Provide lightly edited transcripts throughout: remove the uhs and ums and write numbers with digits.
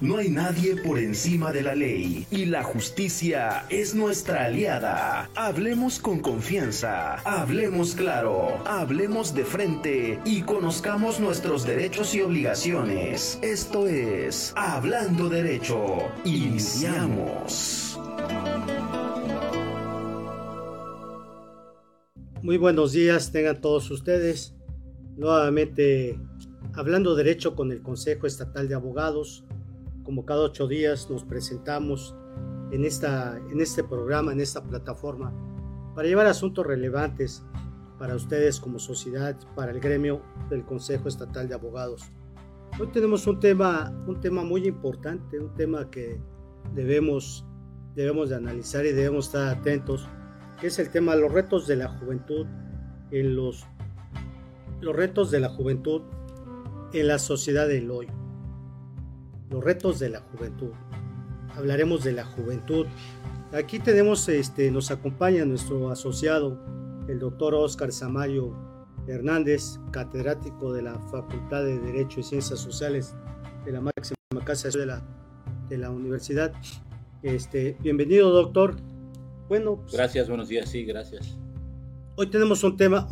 No hay nadie por encima de la ley y la justicia es nuestra aliada. Hablemos con confianza, hablemos claro, hablemos de frente y conozcamos nuestros derechos y obligaciones. Esto es Hablando Derecho. Iniciamos. Muy buenos días tengan todos ustedes. Nuevamente Hablando Derecho con el Consejo Estatal de Abogados. Como cada 8 días nos presentamos en este programa, en esta plataforma, para llevar asuntos relevantes para ustedes como sociedad, para el gremio del Consejo Estatal de Abogados. Hoy tenemos un tema muy importante, un tema que debemos de analizar y debemos estar atentos, que es el tema de los retos de la juventud los retos de la juventud en la sociedad del hoy. Los retos de la juventud. Hablaremos de la juventud. Aquí tenemos, nos acompaña nuestro asociado, el doctor Óscar Samario Hernández, catedrático de la Facultad de Derecho y Ciencias Sociales de la máxima casa de la universidad. Bienvenido, doctor. Bueno, pues, gracias, buenos días, sí, gracias. Hoy tenemos un tema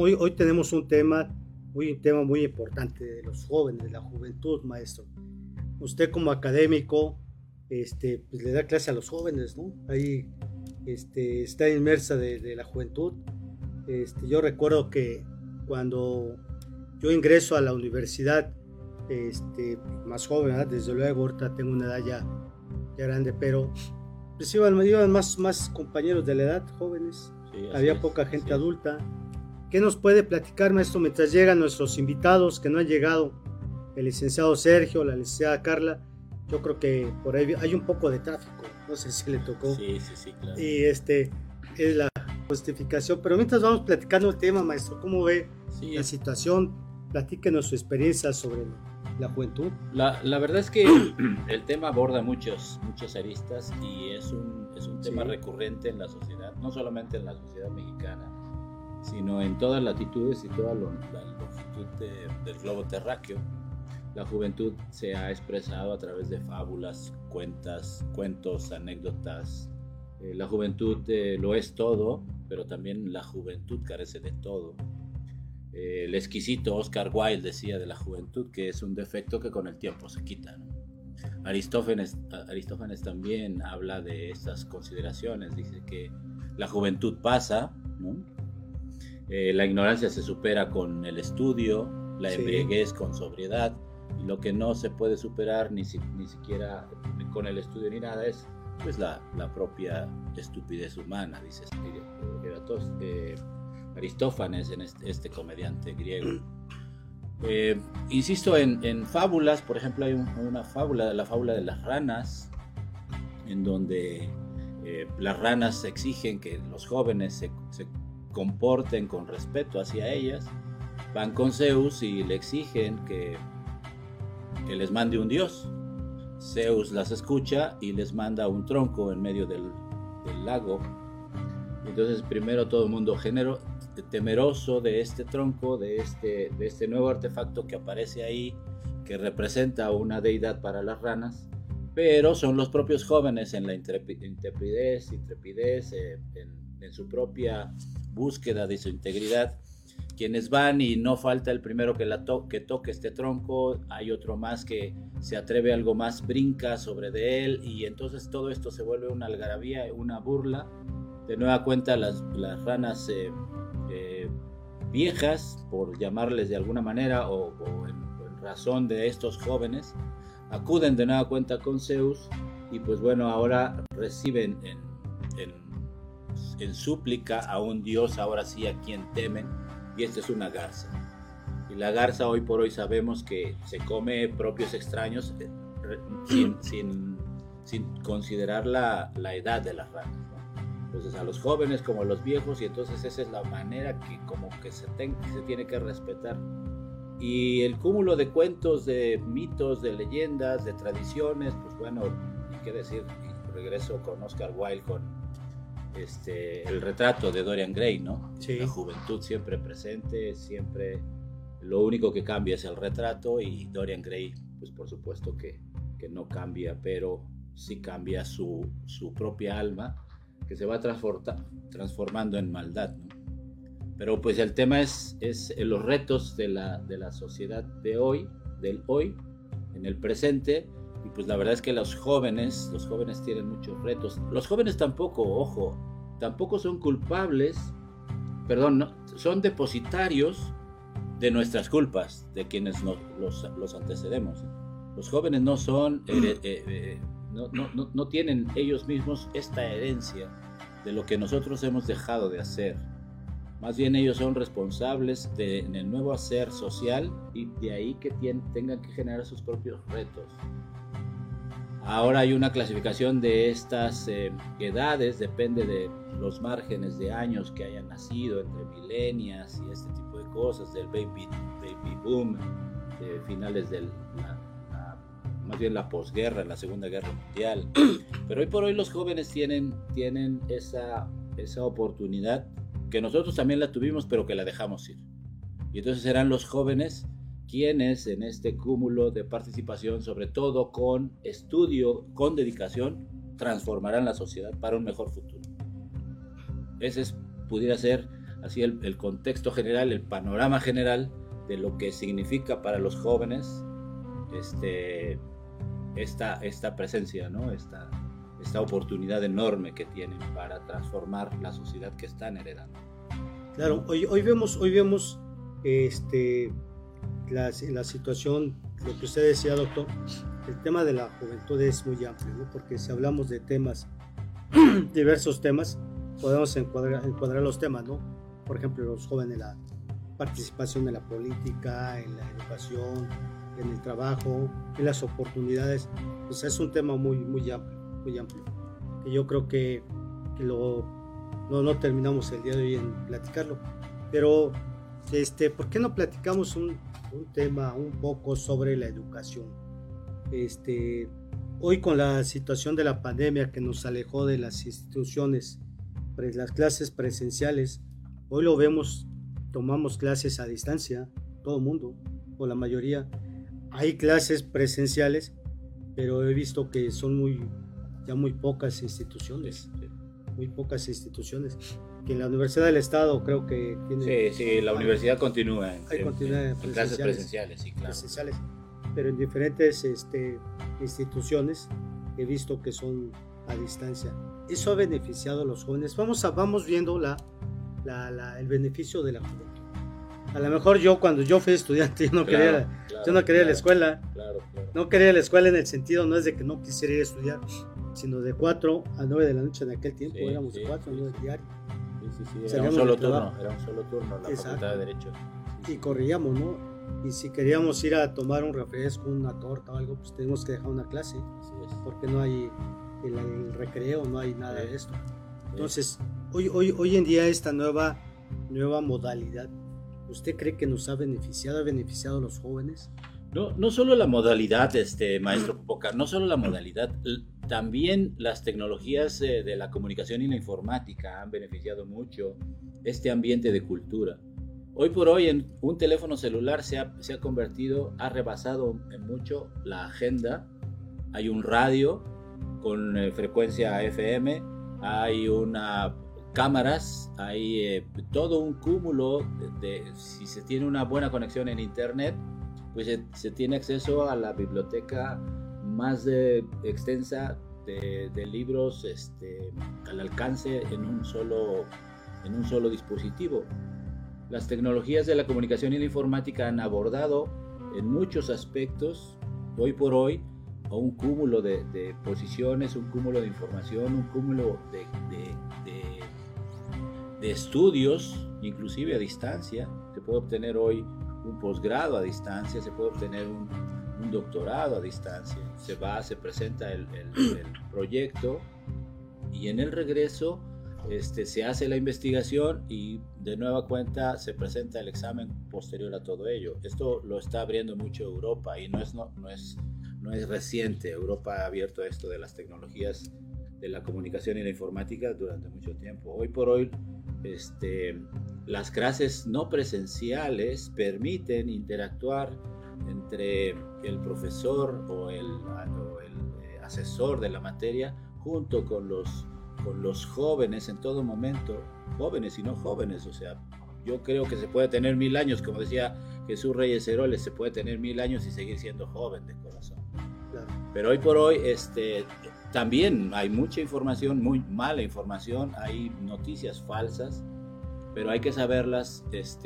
muy importante de los jóvenes, de la juventud, maestro. Usted como académico, pues le da clase a los jóvenes, ¿no? Ahí está inmersa de la juventud. Yo recuerdo que cuando yo ingreso a la universidad, más joven, ¿verdad? Desde luego, ahorita tengo una edad ya grande, pero pues iban más compañeros de la edad, jóvenes. Sí, había poca gente adulta. ¿Qué nos puede platicar, maestro, mientras llegan nuestros invitados que no han llegado? El licenciado Sergio, la licenciada Carla. Yo creo que por ahí hay un poco de tráfico, no sé si le tocó. Sí, claro. Y es la justificación, pero mientras vamos platicando el tema, maestro, ¿cómo ve la situación? Platíquenos su experiencia sobre la juventud. La verdad es que el tema aborda muchas aristas y es un tema recurrente en la sociedad, no solamente en la sociedad mexicana, sino en todas las latitudes y toda la longitud del globo terráqueo. La juventud se ha expresado a través de fábulas, cuentos, anécdotas. La juventud lo es todo, pero también la juventud carece de todo. El exquisito Oscar Wilde decía de la juventud que es un defecto que con el tiempo se quita, ¿no? Aristófanes también habla de estas consideraciones. Dice que la juventud pasa, ¿no? La ignorancia se supera con el estudio, la embriaguez con sobriedad, y lo que no se puede superar ni siquiera con el estudio ni nada es pues la propia estupidez humana, dice Aristófanes, en este comediante griego. Insisto en fábulas. Por ejemplo, hay una fábula, la fábula de las ranas, en donde las ranas exigen que los jóvenes se comporten con respeto hacia ellas. Van con Zeus y le exigen que les mande un dios. Zeus las escucha y les manda un tronco en medio del lago. Entonces primero todo el mundo temeroso de este tronco, de este nuevo artefacto que aparece ahí, que representa una deidad para las ranas, pero son los propios jóvenes en la intrepidez, en su propia búsqueda de su integridad, quienes van, y no falta el primero que toque este tronco. Hay otro más que se atreve a algo más, brinca sobre de él, y entonces todo esto se vuelve una algarabía, una burla. De nueva cuenta las ranas viejas, por llamarles de alguna manera, o en razón de estos jóvenes, acuden de nueva cuenta con Zeus, y pues bueno, ahora reciben en súplica a un dios, ahora sí a quien temen, y esta es una garza. Y la garza hoy por hoy sabemos que se come propios extraños sin considerar la edad de las ranas, ¿no? Entonces a los jóvenes como a los viejos, y entonces esa es la manera que como que se tiene que respetar. Y el cúmulo de cuentos, de mitos, de leyendas, de tradiciones, pues bueno, ni qué decir. Regreso con Oscar Wilde, con el retrato de Dorian Gray, ¿no? Sí. La juventud siempre presente, siempre lo único que cambia es el retrato, y Dorian Gray, pues por supuesto que que no cambia, pero sí cambia su propia alma, que se va transformando en maldad, ¿no? Pero pues el tema es los retos de la sociedad de hoy, del hoy, en el presente, y pues la verdad es que los jóvenes tienen muchos retos. Los jóvenes tampoco son culpables, son depositarios de nuestras culpas, de quienes los antecedemos. Los jóvenes no son, no tienen ellos mismos esta herencia de lo que nosotros hemos dejado de hacer. Más bien ellos son responsables en el nuevo hacer social, y de ahí que tengan que generar sus propios retos. Ahora hay una clasificación de estas edades, depende de los márgenes de años que hayan nacido, entre millennials y este tipo de cosas, del baby boom, de finales más bien la posguerra, la Segunda Guerra Mundial. Pero hoy por hoy los jóvenes tienen esa oportunidad, que nosotros también la tuvimos, pero que la dejamos ir. Y entonces serán los jóvenes quienes en este cúmulo de participación, sobre todo con estudio, con dedicación, transformarán la sociedad para un mejor futuro. Ese pudiera ser así el contexto general, el panorama general de lo que significa para los jóvenes esta presencia, ¿no? Esta oportunidad enorme que tienen para transformar la sociedad que están heredando. Claro, hoy vemos la situación, lo que usted decía, doctor. El tema de la juventud es muy amplio, ¿no? Porque si hablamos de temas, diversos temas, podemos encuadrar los temas, ¿no? Por ejemplo, los jóvenes, la participación en la política, en la educación, en el trabajo, en las oportunidades. Pues es un tema muy amplio, que yo creo que no terminamos el día de hoy en platicarlo, pero ¿por qué no platicamos un tema un poco sobre la educación? Hoy con la situación de la pandemia que nos alejó de las instituciones, las clases presenciales, hoy lo vemos, tomamos clases a distancia, todo el mundo, o la mayoría. Hay clases presenciales, pero he visto que son muy pocas instituciones, que en la Universidad del Estado creo que tiene... Sí, la universidad continúa en clases presenciales, sí, claro. Pero en diferentes instituciones he visto que son a distancia. Eso ha beneficiado a los jóvenes. Vamos viendo el beneficio de la juventud. A lo mejor cuando yo fui estudiante, yo no quería la escuela. Claro. No quería la escuela en el sentido, no es de que no quisiera ir a estudiar, sino de 4 a 9 de la noche en aquel tiempo, éramos de 4 a 9 diario. Era un solo turno en la Facultad de Derecho. Y corríamos, ¿no? Y si queríamos ir a tomar un refresco, una torta o algo, pues tenemos que dejar una clase, porque no hay el recreo, no hay nada de esto. Entonces, hoy en día esta nueva modalidad, ¿usted cree que nos ha beneficiado a los jóvenes? No solo la modalidad, maestro Popoca, no solo la modalidad, también las tecnologías de la comunicación y la informática han beneficiado mucho este ambiente de cultura. Hoy por hoy en un teléfono celular se ha rebasado en mucho la agenda. Hay un radio con frecuencia FM, hay cámaras, hay todo un cúmulo si se tiene una buena conexión en internet, pues se tiene acceso a la biblioteca más extensa de libros al alcance en un solo dispositivo. Las tecnologías de la comunicación y la informática han abordado en muchos aspectos, hoy por hoy, a un cúmulo de posiciones, un cúmulo de información, un cúmulo de estudios, inclusive a distancia. Se puede obtener hoy un posgrado a distancia, se puede obtener un doctorado a distancia. Se presenta el proyecto y en el regreso se hace la investigación y de nueva cuenta se presenta el examen posterior a todo ello. Esto lo está abriendo mucho Europa y no es reciente. Europa ha abierto esto de las tecnologías de la comunicación y la informática durante mucho tiempo. Hoy por hoy las clases no presenciales permiten interactuar entre el profesor o el asesor de la materia, junto con los jóvenes en todo momento, jóvenes y no jóvenes. O sea, yo creo que se puede tener 1000 años, como decía Jesús Reyes Heroles, se puede tener 1000 años y seguir siendo joven de corazón. Claro. Pero hoy por hoy también hay mucha información, muy mala información, hay noticias falsas, pero hay que saberlas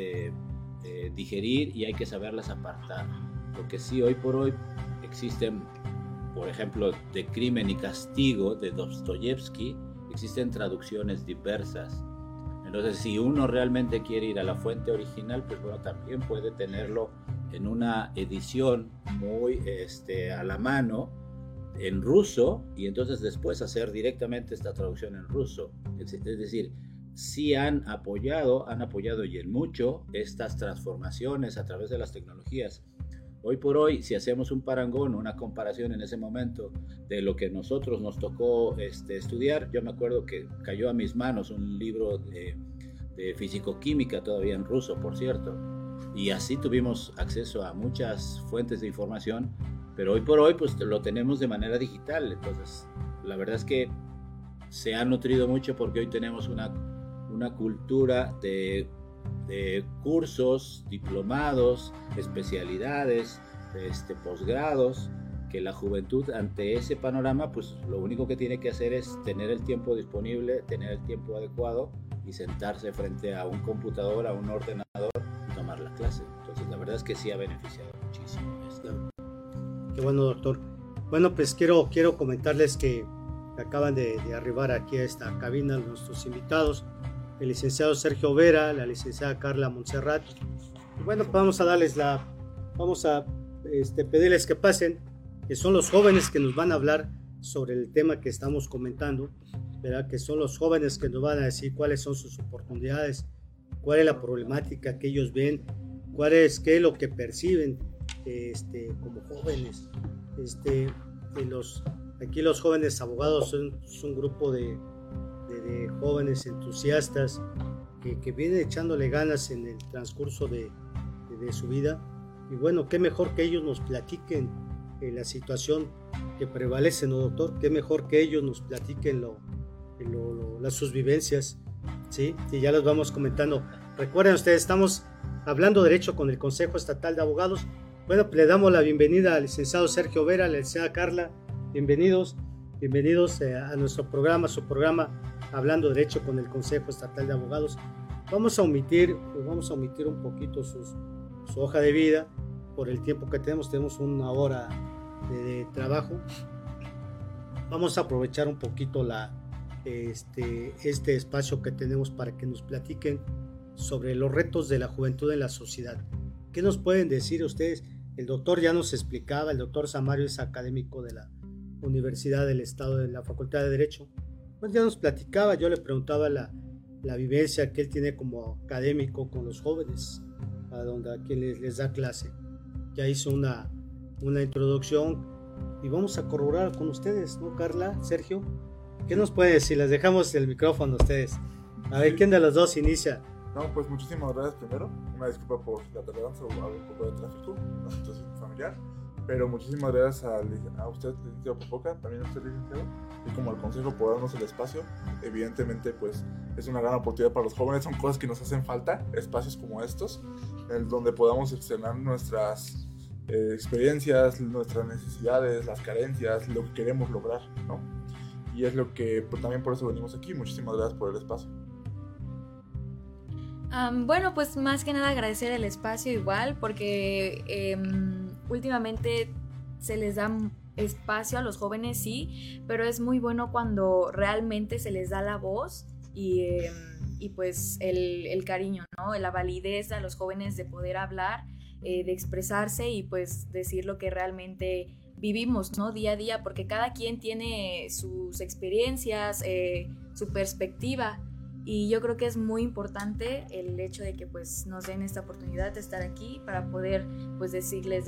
digerir y hay que saberlas apartar. Porque sí, hoy por hoy existen, por ejemplo, de Crimen y Castigo de Dostoyevsky, existen traducciones diversas. Entonces, si uno realmente quiere ir a la fuente original, pues bueno, también puede tenerlo en una edición muy a la mano, en ruso, y entonces después hacer directamente esta traducción en ruso. Es decir, sí han apoyado y en mucho estas transformaciones a través de las tecnologías. Hoy por hoy, si hacemos un parangón, una comparación en ese momento de lo que nosotros nos tocó estudiar, yo me acuerdo que cayó a mis manos un libro de físico-química, todavía en ruso, por cierto, y así tuvimos acceso a muchas fuentes de información, pero hoy por hoy pues lo tenemos de manera digital. Entonces la verdad es que se ha nutrido mucho, porque hoy tenemos una cultura de cursos, diplomados, especialidades, posgrados, que la juventud ante ese panorama pues lo único que tiene que hacer es tener el tiempo disponible, tener el tiempo adecuado y sentarse frente a un computador, a un ordenador y tomar la clase. Entonces la verdad es que sí ha beneficiado muchísimo esto. Qué bueno, doctor. Bueno, pues quiero comentarles que acaban de arribar aquí a esta cabina nuestros invitados, el licenciado Sergio Vera, la licenciada Carla Montserrat. Y bueno, pues vamos a pedirles que pasen, que son los jóvenes que nos van a hablar sobre el tema que estamos comentando, ¿verdad? Que son los jóvenes que nos van a decir cuáles son sus oportunidades, cuál es la problemática que ellos ven, qué es lo que perciben como jóvenes. Aquí los jóvenes abogados son un grupo de jóvenes entusiastas que vienen echándole ganas en el transcurso de su vida. Y bueno, qué mejor que ellos nos platiquen la situación que prevalece, ¿no, doctor? Qué mejor que ellos nos platiquen sus vivencias, ¿sí? Y ya los vamos comentando. Recuerden ustedes, estamos hablando derecho con el Consejo Estatal de Abogados. Bueno, pues le damos la bienvenida al licenciado Sergio Vera, a la licenciada Carla. Bienvenidos a nuestro programa, su programa Hablando Derecho con el Consejo Estatal de Abogados. Vamos a omitir un poquito su hoja de vida por el tiempo que tenemos 1 hora de trabajo. Vamos a aprovechar un poquito este espacio que tenemos para que nos platiquen sobre los retos de la juventud en la sociedad. ¿Qué nos pueden decir ustedes? El doctor ya nos explicaba, el doctor Samario es académico de la Universidad del Estado, de la Facultad de Derecho. Pues ya nos platicaba, yo le preguntaba la vivencia que él tiene como académico con los jóvenes, a quien les da clase. Ya hizo una introducción y vamos a corroborar con ustedes, ¿no, Carla, Sergio? ¿Qué nos pueden decir? Les dejamos el micrófono a ustedes. A ver, ¿quién de los dos inicia? No, pues muchísimas gracias primero. Una disculpa por la tardanza o haber un poco de tráfico, una situación familiar. Pero muchísimas gracias a usted, licenciado Popoca, también a usted, licenciado, y como al consejo por darnos el espacio. Evidentemente, pues es una gran oportunidad para los jóvenes, son cosas que nos hacen falta, espacios como estos, en donde podamos externar nuestras experiencias, nuestras necesidades, las carencias, lo que queremos lograr, ¿no? Y es lo que pues, también por eso venimos aquí. Muchísimas gracias por el espacio. Bueno, pues más que nada agradecer el espacio igual, porque últimamente se les da espacio a los jóvenes, sí, pero es muy bueno cuando realmente se les da la voz y pues el cariño, ¿no? La validez a los jóvenes de poder hablar, de expresarse y pues decir lo que realmente vivimos, ¿no? Día a día, porque cada quien tiene sus experiencias, su perspectiva. Y yo creo que es muy importante el hecho de que pues nos den esta oportunidad de estar aquí para poder pues decirles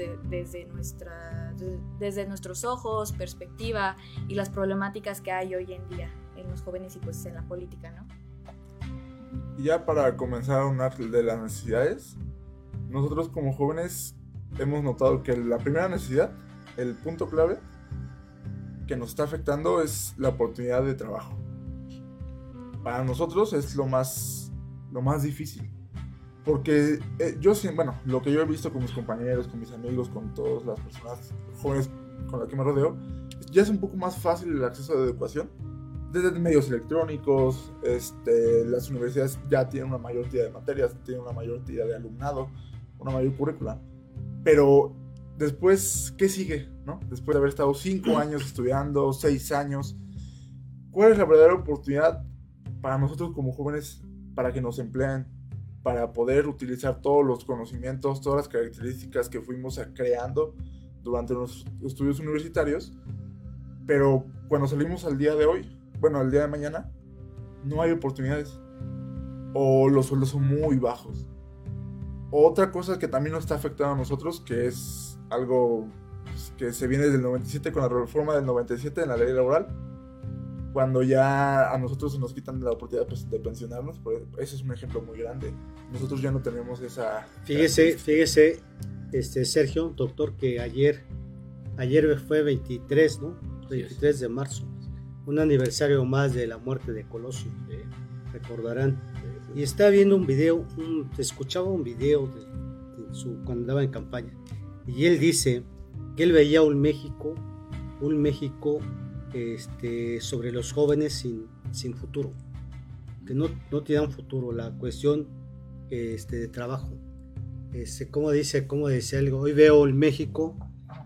desde nuestros ojos, perspectiva y las problemáticas que hay hoy en día en los jóvenes y pues en la política, ¿no? Y ya para comenzar a hablar de las necesidades, nosotros como jóvenes hemos notado que la primera necesidad, el punto clave, que nos está afectando es la oportunidad de trabajo. Para nosotros es lo más difícil. Porque lo que yo he visto con mis compañeros, con mis amigos, con todas las personas jóvenes con las que me rodeo, ya es un poco más fácil el acceso a la educación. Desde medios electrónicos, las universidades ya tienen una mayor cantidad de materias, tienen una mayor cantidad de alumnado, una mayor currícula. Pero después, ¿qué sigue? ¿No? Después de haber estado 5 años estudiando, 6 años, ¿cuál es la verdadera oportunidad para nosotros como jóvenes para que nos empleen? Para poder utilizar todos los conocimientos, todas las características que fuimos creando durante nuestros estudios universitarios, pero cuando salimos al día de hoy, al día de mañana, no hay oportunidades, o los sueldos son muy bajos. Otra cosa que también nos está afectando a nosotros, que es algo que se viene desde el 97, con la reforma del 97 en la ley laboral, cuando ya a nosotros se nos quitan la oportunidad de pensionarnos. Ese es un ejemplo muy grande. Nosotros ya no tenemos esa... Fíjese, Sergio, doctor, que ayer fue 23, ¿no? 23 de marzo, un aniversario más de la muerte de Colosio, recordarán. Y estaba viendo un video, escuchaba un video cuando andaba en campaña, y él dice que él veía un México sobre los jóvenes sin futuro, que no tienen futuro. La cuestión de trabajo, como decía algo, hoy veo el México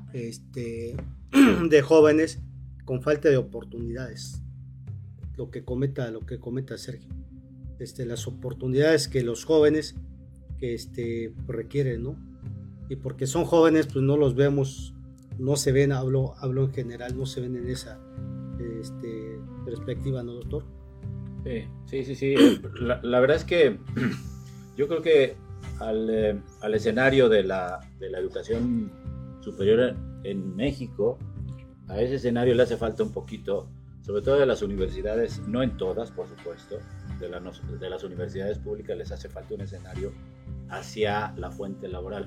de jóvenes con falta de oportunidades, lo que comenta Sergio, las oportunidades que los jóvenes requieren, ¿no? Y porque son jóvenes, pues no los vemos, no se ven, hablo en general, no se ven en esa perspectiva, ¿no, doctor? Sí. La verdad es que yo creo que al escenario de la educación superior en México, a ese escenario le hace falta un poquito, sobre todo de las universidades, no en todas, por supuesto, de las universidades públicas les hace falta un escenario hacia la fuente laboral.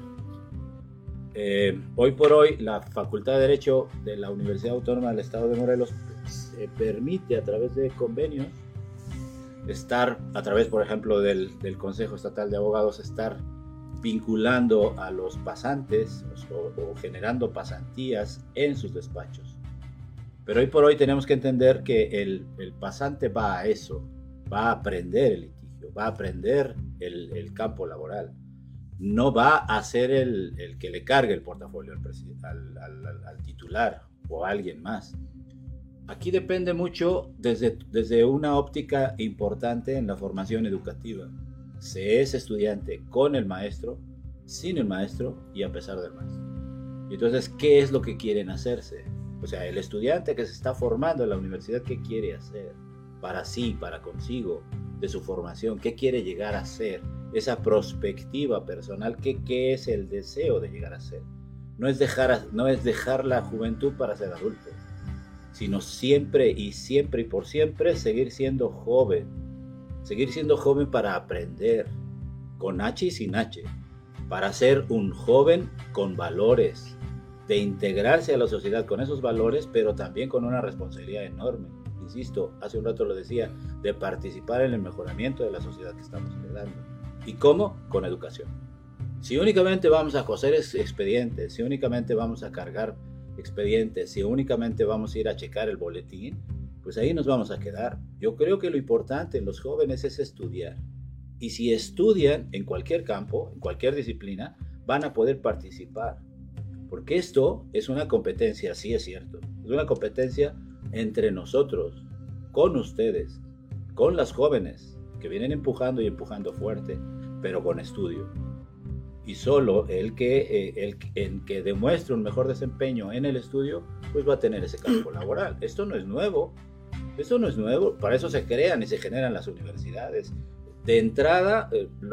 Hoy por hoy, la Facultad de Derecho de la Universidad Autónoma del Estado de Morelos se permite, a través de convenios, estar, a través, por ejemplo, del Consejo Estatal de Abogados, estar vinculando a los pasantes o generando pasantías en sus despachos. Pero hoy por hoy tenemos que entender que el pasante va a eso, va a aprender el litigio, va a aprender el campo laboral. No va a ser el que le cargue el portafolio al titular o a alguien más. Aquí depende mucho desde una óptica importante en la formación educativa. Se es estudiante con el maestro, sin el maestro y a pesar del maestro. Y entonces, ¿qué es lo que quieren hacerse? O sea, el estudiante que se está formando en la universidad, ¿qué quiere hacer? Para sí, para consigo, de su formación, ¿qué quiere llegar a ser? Esa perspectiva personal, ¿qué es el deseo de llegar a ser? No es dejar la juventud para ser adulto, sino siempre y por siempre seguir siendo joven para aprender, con H y sin H, para ser un joven con valores, de integrarse a la sociedad con esos valores, pero también con una responsabilidad enorme. Insisto, hace un rato lo decía, de participar en el mejoramiento de la sociedad que estamos heredando. ¿Y cómo? Con educación. Si únicamente vamos a coser expedientes, si únicamente vamos a cargar expedientes, si únicamente vamos a ir a checar el boletín, pues ahí nos vamos a quedar. Yo creo que lo importante en los jóvenes es estudiar. Y si estudian en cualquier campo, en cualquier disciplina, van a poder participar. Porque esto es una competencia, sí es cierto, es una competencia entre nosotros, con ustedes, con las jóvenes que vienen empujando y empujando fuerte, pero con estudio. Y solo el que demuestre un mejor desempeño en el estudio, pues va a tener ese campo laboral. Esto no es nuevo, para eso se crean y se generan las universidades. De entrada,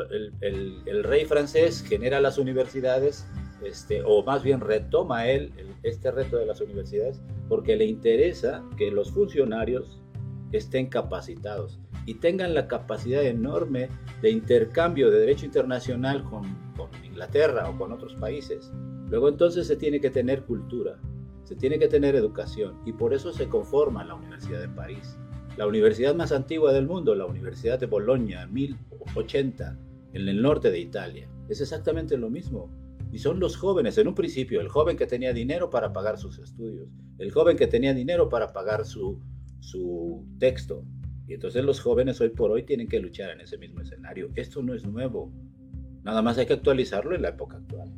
el rey francés genera las universidades, o más bien retoma este reto de las universidades, porque le interesa que los funcionarios estén capacitados y tengan la capacidad enorme de intercambio de derecho internacional con Inglaterra o con otros países. Luego entonces se tiene que tener cultura. se tiene que tener educación, y por eso se conforma la Universidad de París. La universidad más antigua del mundo, la Universidad de Bolonia, en 1080, en el norte de Italia. Es exactamente lo mismo. Y son los jóvenes, en un principio, el joven que tenía dinero para pagar sus estudios, el joven que tenía dinero para pagar su texto. Y entonces los jóvenes hoy por hoy tienen que luchar en ese mismo escenario. Esto no es nuevo. Nada más hay que actualizarlo en la época actual.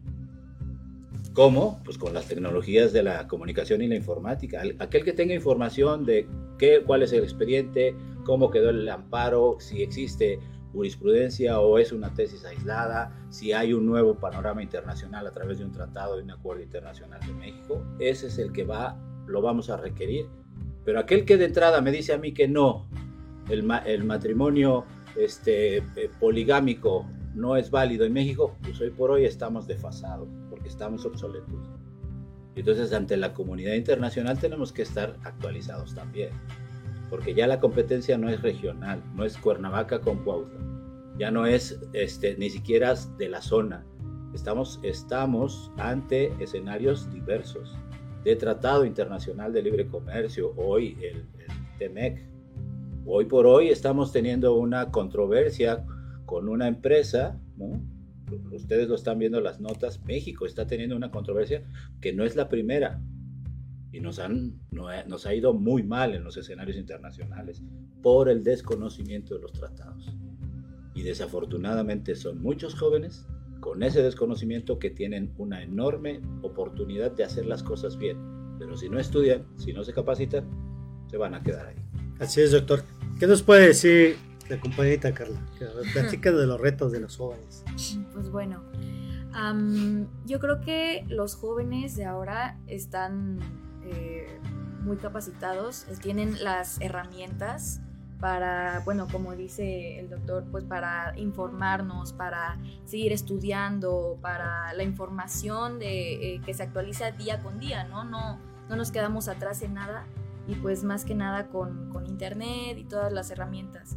¿Cómo? Pues con las tecnologías de la comunicación y la informática. Aquel que tenga información de cuál es el expediente, cómo quedó el amparo, si existe jurisprudencia o es una tesis aislada, si hay un nuevo panorama internacional a través de un tratado, de un acuerdo internacional de México, ese es el que lo vamos a requerir. Pero aquel que de entrada me dice a mí que no, el matrimonio poligámico no es válido en México, pues hoy por hoy estamos desfasados, porque estamos obsoletos. Y entonces ante la comunidad internacional tenemos que estar actualizados también, porque ya la competencia no es regional, no es Cuernavaca con Cuautla, ya no es ni siquiera de la zona. Estamos ante escenarios diversos de Tratado Internacional de Libre Comercio, hoy el TEMEC. Hoy por hoy estamos teniendo una controversia con una empresa, ¿no? Ustedes lo están viendo en las notas, México está teniendo una controversia que no es la primera, y nos ha ido muy mal en los escenarios internacionales por el desconocimiento de los tratados. Y desafortunadamente son muchos jóvenes con ese desconocimiento que tienen una enorme oportunidad de hacer las cosas bien, pero si no estudian, si no se capacitan, se van a quedar ahí. Así es, doctor. ¿Qué nos puede decir la compañerita Carla? Que platica de los retos de los jóvenes. Pues bueno, yo creo que los jóvenes de ahora están muy capacitados, tienen las herramientas para, bueno, como dice el doctor, pues para informarnos, para seguir estudiando, para la información que se actualiza día con día, ¿no? No nos quedamos atrás en nada, y pues más que nada con internet y todas las herramientas.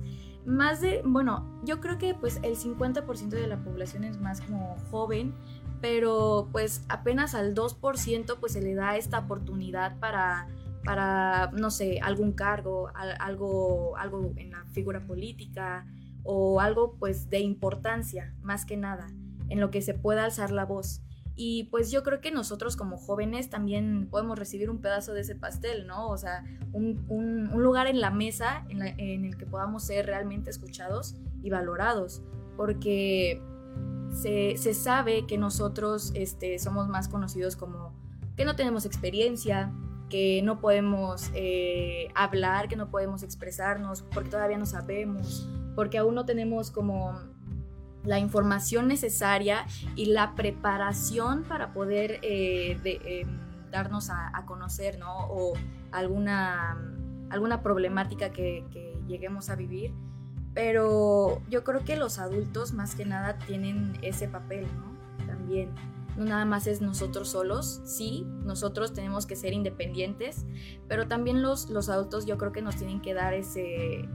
Yo creo que pues el 50% de la población es más como joven, pero pues apenas al 2% pues se le da esta oportunidad para no sé, algún cargo, algo en la figura política, o algo pues de importancia, más que nada, en lo que se pueda alzar la voz. Y pues yo creo que nosotros como jóvenes también podemos recibir un pedazo de ese pastel, ¿no? O sea, un lugar en la mesa en el que podamos ser realmente escuchados y valorados, porque se sabe que nosotros somos más conocidos como que no tenemos experiencia, que no podemos hablar, que no podemos expresarnos porque todavía no sabemos, porque aún no tenemos como la información necesaria y la preparación para poder darnos a conocer, ¿no? O alguna problemática que lleguemos a vivir. Pero yo creo que los adultos más que nada tienen ese papel, ¿no? También. No nada más es nosotros solos, sí, nosotros tenemos que ser independientes, pero también los adultos yo creo que nos tienen que dar ese...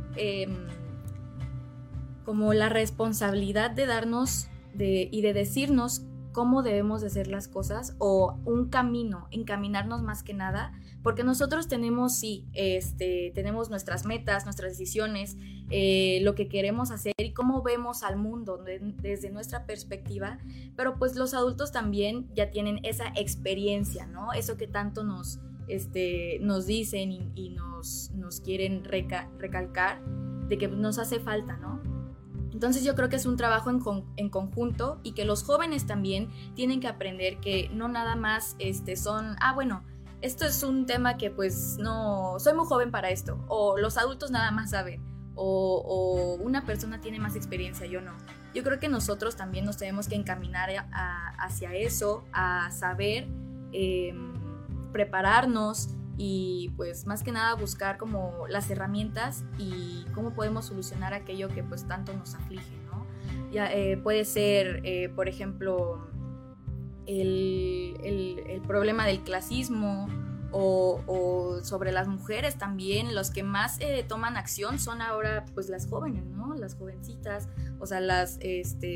como la responsabilidad de darnos y de decirnos cómo debemos de hacer las cosas, o un camino, encaminarnos más que nada, porque nosotros tenemos, tenemos nuestras metas, nuestras decisiones, lo que queremos hacer y cómo vemos al mundo desde nuestra perspectiva, pero pues los adultos también ya tienen esa experiencia, ¿no? Eso que tanto nos dicen y nos quieren recalcar de que nos hace falta, ¿no? Entonces yo creo que es un trabajo en conjunto, y que los jóvenes también tienen que aprender que no nada más son, esto es un tema que pues no, soy muy joven para esto, o los adultos nada más saben, o una persona tiene más experiencia, yo no. Yo creo que nosotros también nos tenemos que encaminar hacia eso, a saber prepararnos, y pues más que nada buscar como las herramientas y cómo podemos solucionar aquello que pues tanto nos aflige, ¿no? Ya, puede ser, por ejemplo, el problema del clasismo, o sobre las mujeres también. Los que más toman acción son ahora pues las jóvenes, ¿no? Las jovencitas, o sea,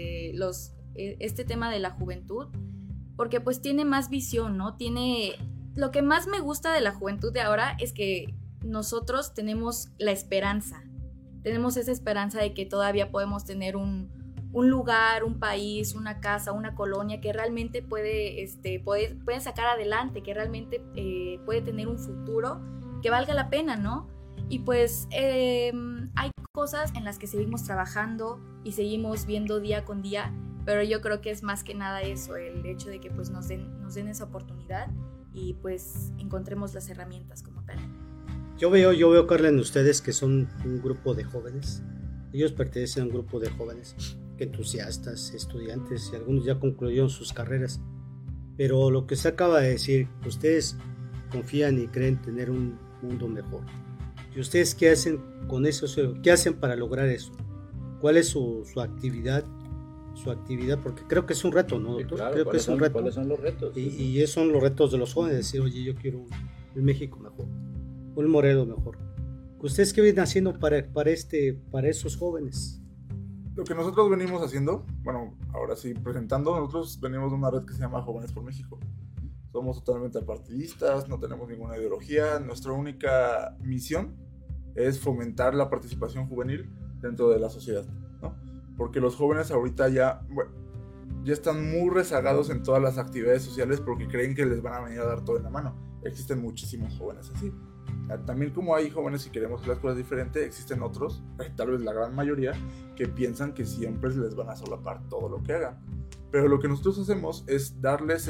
este tema de la juventud, porque pues tiene más visión, ¿no? Tiene lo que más me gusta de la juventud de ahora es que nosotros tenemos la esperanza. Tenemos esa esperanza de que todavía podemos tener un lugar, un país, una casa, una colonia que realmente puede sacar adelante, que realmente puede tener un futuro que valga la pena, ¿no? Y pues hay cosas en las que seguimos trabajando y seguimos viendo día con día, pero yo creo que es más que nada eso, el hecho de que pues nos den esa oportunidad y pues encontremos las herramientas como tal. Yo veo, Carla, en ustedes que son un grupo de jóvenes. Ellos pertenecen a un grupo de jóvenes que entusiastas, estudiantes, y algunos ya concluyeron sus carreras. Pero lo que se acaba de decir, ustedes confían y creen tener un mundo mejor. ¿Y ustedes qué hacen con eso? ¿Qué hacen para lograr eso? ¿Cuál es su actividad? Porque creo que es un reto, ¿no, doctor? Sí, claro. Creo que es un reto. ¿Cuáles son los retos? Y esos son los retos de los jóvenes, decir, oye, yo quiero un México mejor, un Morelos mejor. ¿Ustedes qué vienen haciendo para esos jóvenes? Lo que nosotros venimos haciendo, bueno, ahora sí presentando, nosotros venimos de una red que se llama Jóvenes por México. Somos totalmente apartidistas, no tenemos ninguna ideología. Nuestra única misión es fomentar la participación juvenil dentro de la sociedad, ¿no? Porque los jóvenes ahorita ya están muy rezagados en todas las actividades sociales porque creen que les van a venir a dar todo en la mano. Existen muchísimos jóvenes así. También como hay jóvenes que queremos hacer las cosas diferentes, existen otros, tal vez la gran mayoría, que piensan que siempre les van a solapar todo lo que hagan. Pero lo que nosotros hacemos es darles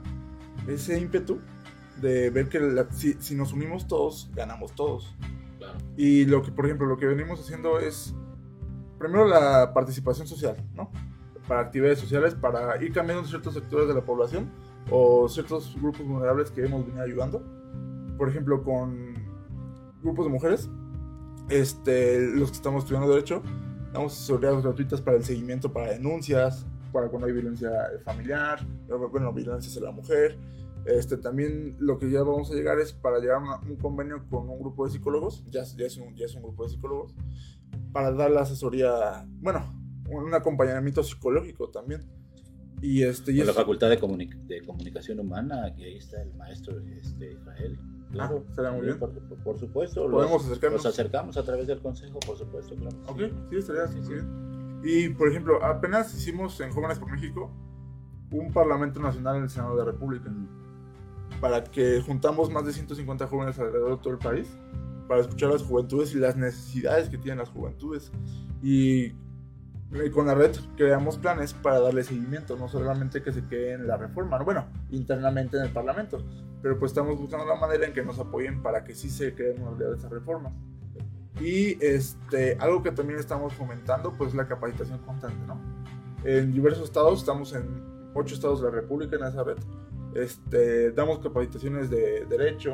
ese ímpetu de ver que si nos unimos todos, ganamos todos. Claro. Y por ejemplo, lo que venimos haciendo es primero la participación social, ¿no? Para actividades sociales, para ir cambiando ciertos sectores de la población o ciertos grupos vulnerables que hemos venido ayudando. Por ejemplo, con grupos de mujeres, los que estamos estudiando Derecho, damos asesorías gratuitas para el seguimiento, para denuncias, para cuando hay violencia familiar, violencia hacia la mujer. También lo que ya vamos a llegar es para llegar a un convenio con un grupo de psicólogos, ya es un grupo de psicólogos, para dar la asesoría, un acompañamiento psicológico también. Y con la Facultad de Comunicación Humana, que ahí está el maestro Israel. Claro, estaría muy bien. Por supuesto. Podemos acercarnos. Nos acercamos a través del consejo, por supuesto, claro. Ok, sí, estaría bien. Y, por ejemplo, apenas hicimos en Jóvenes por México un Parlamento Nacional en el Senado de la República, para que juntamos más de 150 jóvenes alrededor de todo el país, para escuchar las juventudes y las necesidades que tienen las juventudes. Y con la red creamos planes para darle seguimiento, no solamente que se quede en la reforma, internamente en el Parlamento, pero pues estamos buscando la manera en que nos apoyen para que sí se creen una de esas reformas. Y algo que también estamos fomentando pues es la capacitación constante, ¿no? En diversos estados, estamos en 8 estados de la República en esa red. Damos capacitaciones de derecho,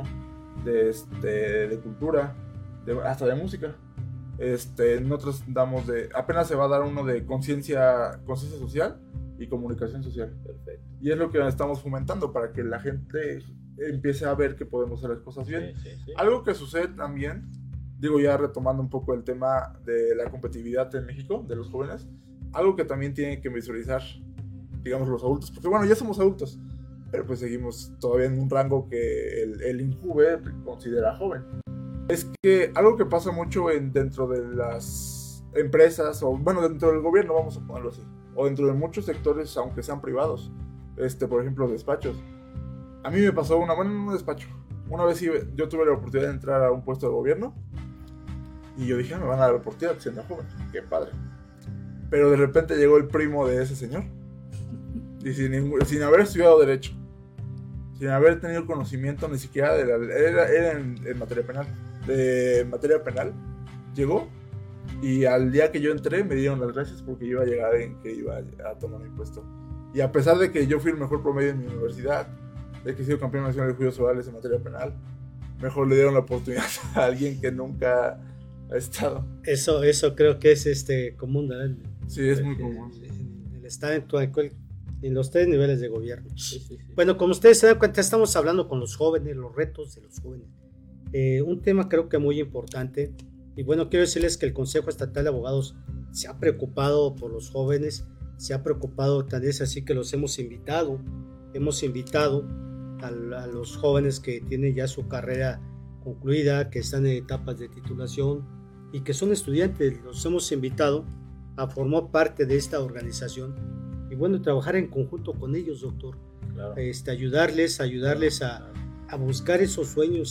de cultura, hasta de música. Nosotros apenas se va a dar uno de conciencia social y comunicación social. Perfecto. Y es lo que estamos fomentando para que la gente empiece a ver que podemos hacer las cosas bien. Sí. Algo que sucede también, ya retomando un poco el tema de la competitividad en México, de los jóvenes, algo que también tienen que visualizar, digamos, los adultos, porque ya somos adultos, pero pues seguimos todavía en un rango que el INJUVE considera joven. Es que algo que pasa mucho dentro de las empresas, o dentro del gobierno, vamos a ponerlo así, o dentro de muchos sectores, aunque sean privados, por ejemplo, despachos. A mí me pasó un despacho. Una vez yo tuve la oportunidad de entrar a un puesto de gobierno, y yo dije, me van a dar la oportunidad siendo joven, qué padre. Pero de repente llegó el primo de ese señor, y sin haber estudiado Derecho, sin haber tenido conocimiento ni siquiera era en materia penal, de materia penal, llegó, y al día que yo entré me dieron las gracias porque iba a llegar en que iba a tomar mi puesto. Y a pesar de que yo fui el mejor promedio en mi universidad, de que he sido campeón nacional de juicios orales en materia penal, mejor le dieron la oportunidad a alguien que nunca ha estado. Eso creo que es común, ¿verdad? Sí, es muy común. Está en los 3 niveles de gobierno. Sí. Bueno, como ustedes se dan cuenta, estamos hablando con los jóvenes, los retos de los jóvenes. Un tema creo que muy importante. Y bueno, quiero decirles que el Consejo Estatal de Abogados se ha preocupado por los jóvenes, se ha preocupado, tan es así que los hemos invitado a los jóvenes que tienen ya su carrera concluida, que están en etapas de titulación y que son estudiantes. Los hemos invitado a formar parte de esta organización y bueno, trabajar en conjunto con ellos, doctor. Claro. Ayudarles a buscar esos sueños,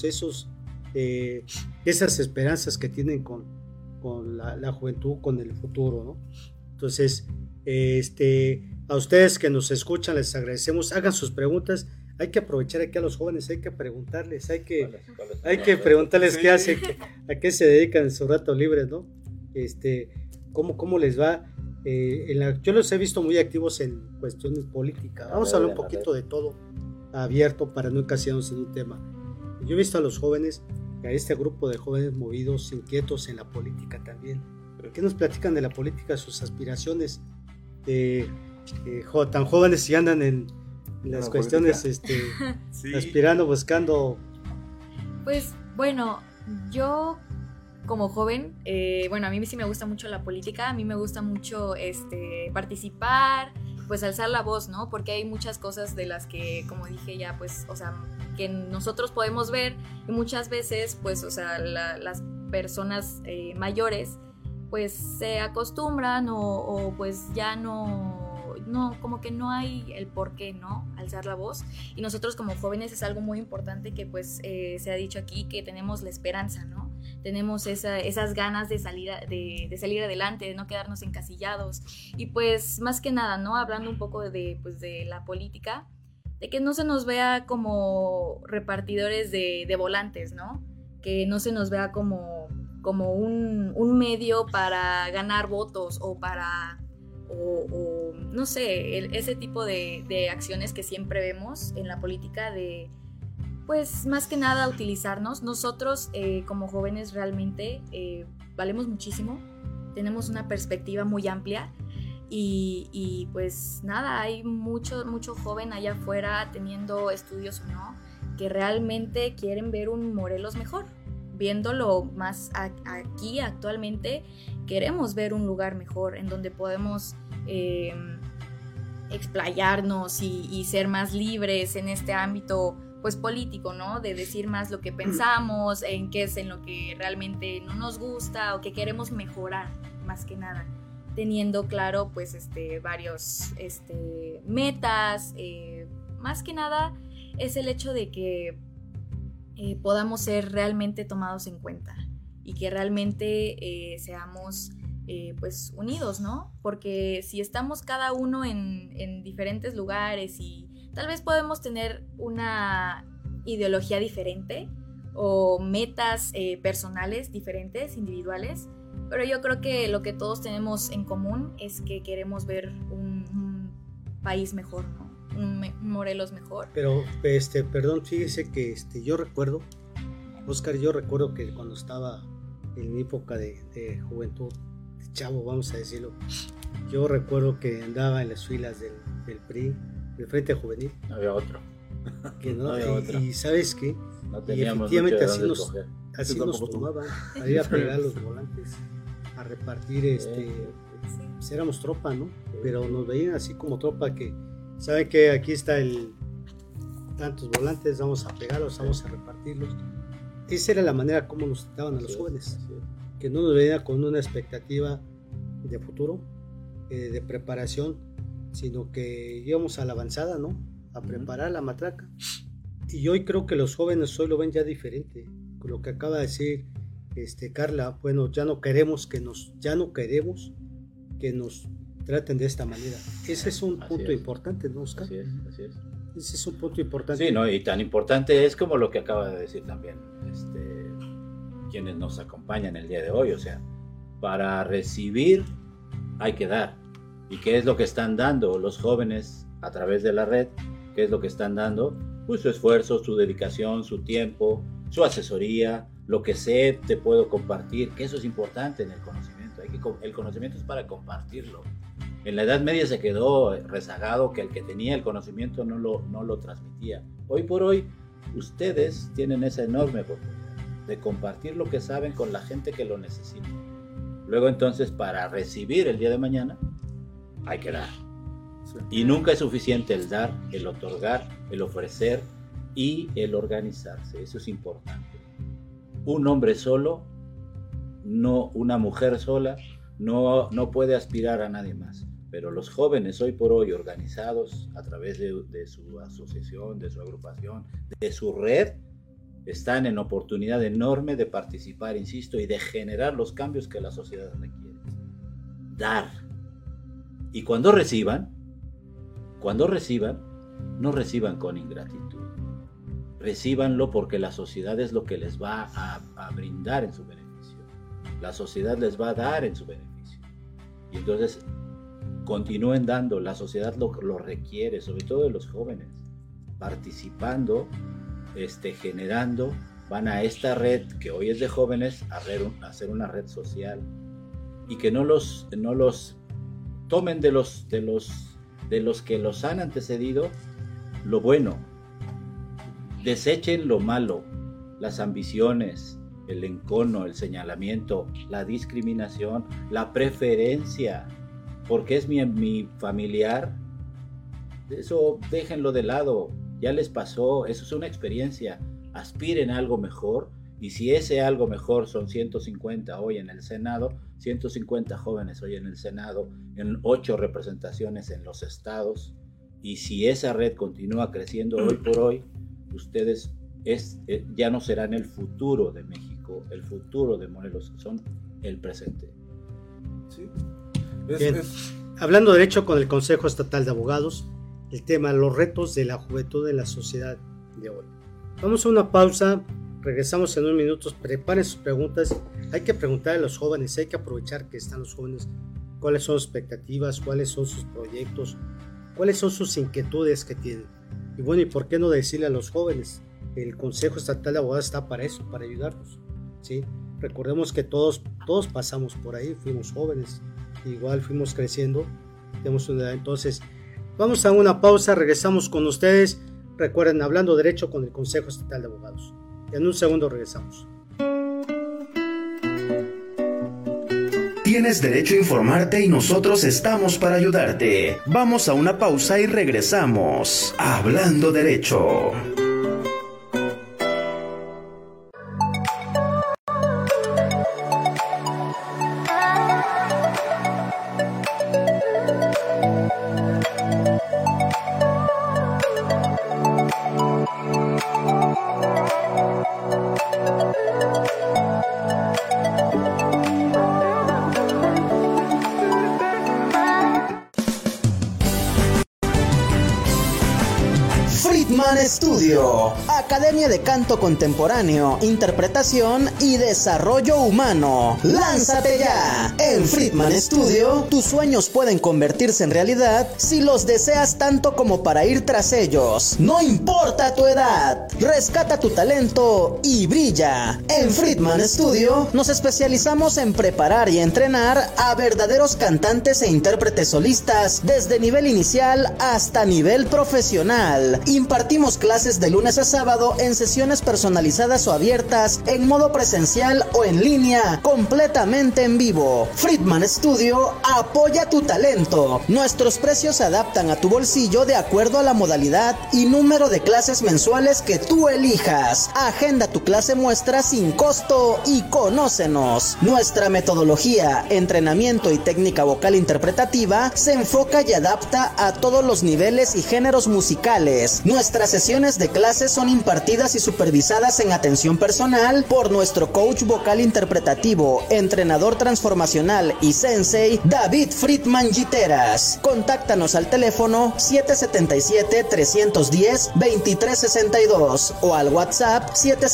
esas esperanzas que tienen con la juventud, con el futuro, ¿no? Entonces, a ustedes que nos escuchan les agradecemos. Hagan sus preguntas. Hay que aprovechar aquí a los jóvenes, hay que preguntarles, hay que preguntarles qué hacen, a qué se dedican en su rato libre, ¿no? ¿Cómo les va? Yo los he visto muy activos en cuestiones políticas. Vamos a hablar un poquito de todo, abierto, para no encasillarnos en un tema. Yo he visto a los jóvenes, a este grupo de jóvenes movidos, inquietos en la política también. ¿Qué nos platican de la política, sus aspiraciones? Tan jóvenes y andan en las cuestiones, Sí. aspirando, buscando. Pues bueno, yo como joven, a mí sí me gusta mucho la política, a mí me gusta mucho participar, pues alzar la voz, ¿no? Porque hay muchas cosas de las que, como dije ya, pues, o sea, que nosotros podemos ver y muchas veces, pues, o sea, las personas mayores, pues, se acostumbran o pues ya no, como que no hay el por qué, ¿no? Alzar la voz. Y nosotros como jóvenes es algo muy importante que pues se ha dicho aquí, que tenemos la esperanza, ¿no? Tenemos esas ganas de salir adelante, de no quedarnos encasillados. Y pues más que nada, ¿no? Hablando un poco de la política, de que no se nos vea como repartidores de volantes, ¿no? Que no se nos vea como un medio para ganar votos o para... O no sé, ese tipo de acciones que siempre vemos en la política, de pues más que nada utilizarnos. Nosotros como jóvenes realmente valemos muchísimo, tenemos una perspectiva muy amplia y pues nada, hay mucho joven allá afuera teniendo estudios o no, que realmente quieren ver un Morelos mejor. Viéndolo más aquí actualmente, queremos ver un lugar mejor en donde podemos explayarnos y ser más libres en este ámbito pues político, ¿no? De decir más lo que pensamos, en qué es en lo que realmente no nos gusta o que queremos mejorar, más que nada, teniendo claro pues varios metas. Más que nada es el hecho de que podamos ser realmente tomados en cuenta y que realmente seamos pues unidos, ¿no? Porque si estamos cada uno en diferentes lugares y tal vez podemos tener una ideología diferente o metas personales diferentes, individuales, pero yo creo que lo que todos tenemos en común es que queremos ver un país mejor, ¿no? Un Morelos mejor. Pero, perdón, fíjese que yo recuerdo, Oscar, que cuando estaba en mi época de juventud, de chavo, vamos a decirlo, yo recuerdo que andaba en las filas del PRI, del Frente Juvenil. No había otro. Que no, No había otro. Y ¿sabes qué? No Y teníamos efectivamente mucho de dónde escoger. así nos tomaban, a ir a pegar los volantes, a repartir, pues éramos tropa, ¿no? Pero nos veían así como tropa, que saben que aquí está tantos volantes, vamos a pegarlos, vamos a repartirlos. Esa era la manera como nos trataban a los jóvenes, que no nos veían con una expectativa de futuro, de preparación, sino que íbamos a la avanzada, ¿no? A preparar la matraca. Y hoy creo que los jóvenes hoy lo ven ya diferente, con lo que acaba de decir Carla. Bueno, ya no queremos que nos traten de esta manera. Ese es un punto importante, ¿no, Oscar? Así es. Ese es un punto importante. Sí, ¿no? Y tan importante es como lo que acaba de decir también quienes nos acompañan el día de hoy. O sea, para recibir hay que dar. ¿Y qué es lo que están dando los jóvenes a través de la red? ¿Qué es lo que están dando? Pues su esfuerzo, su dedicación, su tiempo, su asesoría, lo que sé te puedo compartir, que eso es importante en el conocimiento. El conocimiento es para compartirlo. En la Edad Media se quedó rezagado que el que tenía el conocimiento no lo transmitía. Hoy por hoy, ustedes tienen esa enorme oportunidad de compartir lo que saben con la gente que lo necesita. Luego entonces, para recibir el día de mañana, hay que dar. Y nunca es suficiente el dar, el otorgar, el ofrecer, y el organizarse, eso es importante. Un hombre solo, no, una mujer sola, no puede aspirar a nadie más. Pero los jóvenes hoy por hoy organizados a través de su asociación, de su agrupación, de su red, están en oportunidad enorme de participar, insisto, y de generar los cambios que la sociedad requiere. Dar. Y cuando reciban, no reciban con ingratitud. Recíbanlo porque la sociedad es lo que les va a brindar en su beneficio. La sociedad les va a dar en su beneficio. Y entonces continúen dando, la sociedad lo requiere, sobre todo de los jóvenes, participando, generando, van a esta red que hoy es de jóvenes a hacer una red social, y que no los tomen de los que los han antecedido lo bueno, desechen lo malo, las ambiciones, el encono, el señalamiento, la discriminación, la preferencia, porque es mi familiar. Eso déjenlo de lado, ya les pasó, eso es una experiencia. Aspiren a algo mejor, y si ese algo mejor son 150 hoy en el Senado, 150 jóvenes hoy en el Senado, en 8 representaciones en los estados, y si esa red continúa creciendo hoy por hoy, ustedes ya no serán el futuro de México, el futuro de Morelos, son el presente. Sí. Bien. Hablando de derecho con el Consejo Estatal de Abogados, el tema, los retos de la juventud en la sociedad de hoy. Vamos a una pausa, regresamos en unos minutos, preparen sus preguntas. Hay que preguntar a los jóvenes, hay que aprovechar que están los jóvenes, cuáles son sus expectativas, cuáles son sus proyectos, cuáles son sus inquietudes que tienen. Y bueno, ¿y por qué no decirle a los jóvenes? El Consejo Estatal de Abogados está para eso, para ayudarnos, ¿sí? Recordemos que todos pasamos por ahí, fuimos jóvenes, igual fuimos creciendo, tenemos una edad. Entonces, vamos a una pausa, regresamos con ustedes. Recuerden, hablando derecho con el Consejo Estatal de Abogados. En un segundo regresamos. Tienes derecho a informarte y nosotros estamos para ayudarte. Vamos a una pausa y regresamos. Hablando derecho. Friedman Studio, Academia de Canto Contemporáneo, Interpretación y Desarrollo Humano. ¡Lánzate ya! En Friedman Studio, tus sueños pueden convertirse en realidad si los deseas tanto como para ir tras ellos. No importa tu edad, rescata tu talento y brilla. En Friedman Studio, nos especializamos en preparar y entrenar a verdaderos cantantes e intérpretes solistas desde nivel inicial hasta nivel profesional. Impartimos clases de lunes a sábado en sesiones personalizadas o abiertas, en modo presencial o en línea, completamente en vivo. Friedman Studio apoya tu talento. Nuestros precios se adaptan a tu bolsillo de acuerdo a la modalidad y número de clases mensuales que tú elijas. Agenda tu clase muestra sin costo y conócenos. Nuestra metodología, entrenamiento y técnica vocal interpretativa se enfoca y adapta a todos los niveles y géneros musicales. Nuestras sesiones de clases son impartidas y supervisadas en atención personal por nuestro coach vocal interpretativo, entrenador transformacional y sensei David Friedman Giteras. Contáctanos al teléfono 777-310-2362 o al WhatsApp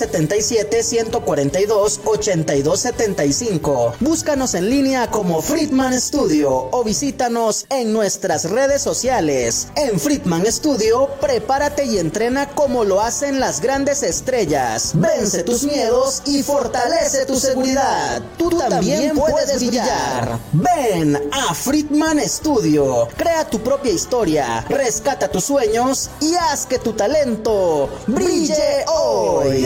777-142-8275. Búscanos en línea como Friedman Studio o visítanos en nuestras redes sociales. En Friedman Studio, prepárate y entrena como lo hacen las grandes estrellas. Vence tus miedos y fortalece tu seguridad. Tú también puedes brillar. Ven a Friedman Studio. Crea tu propia historia, rescata tus sueños y haz que tu talento brille hoy.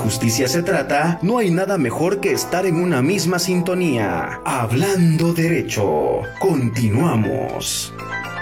justicia se trata, no hay nada mejor que estar en una misma sintonía. Hablando Derecho. Continuamos.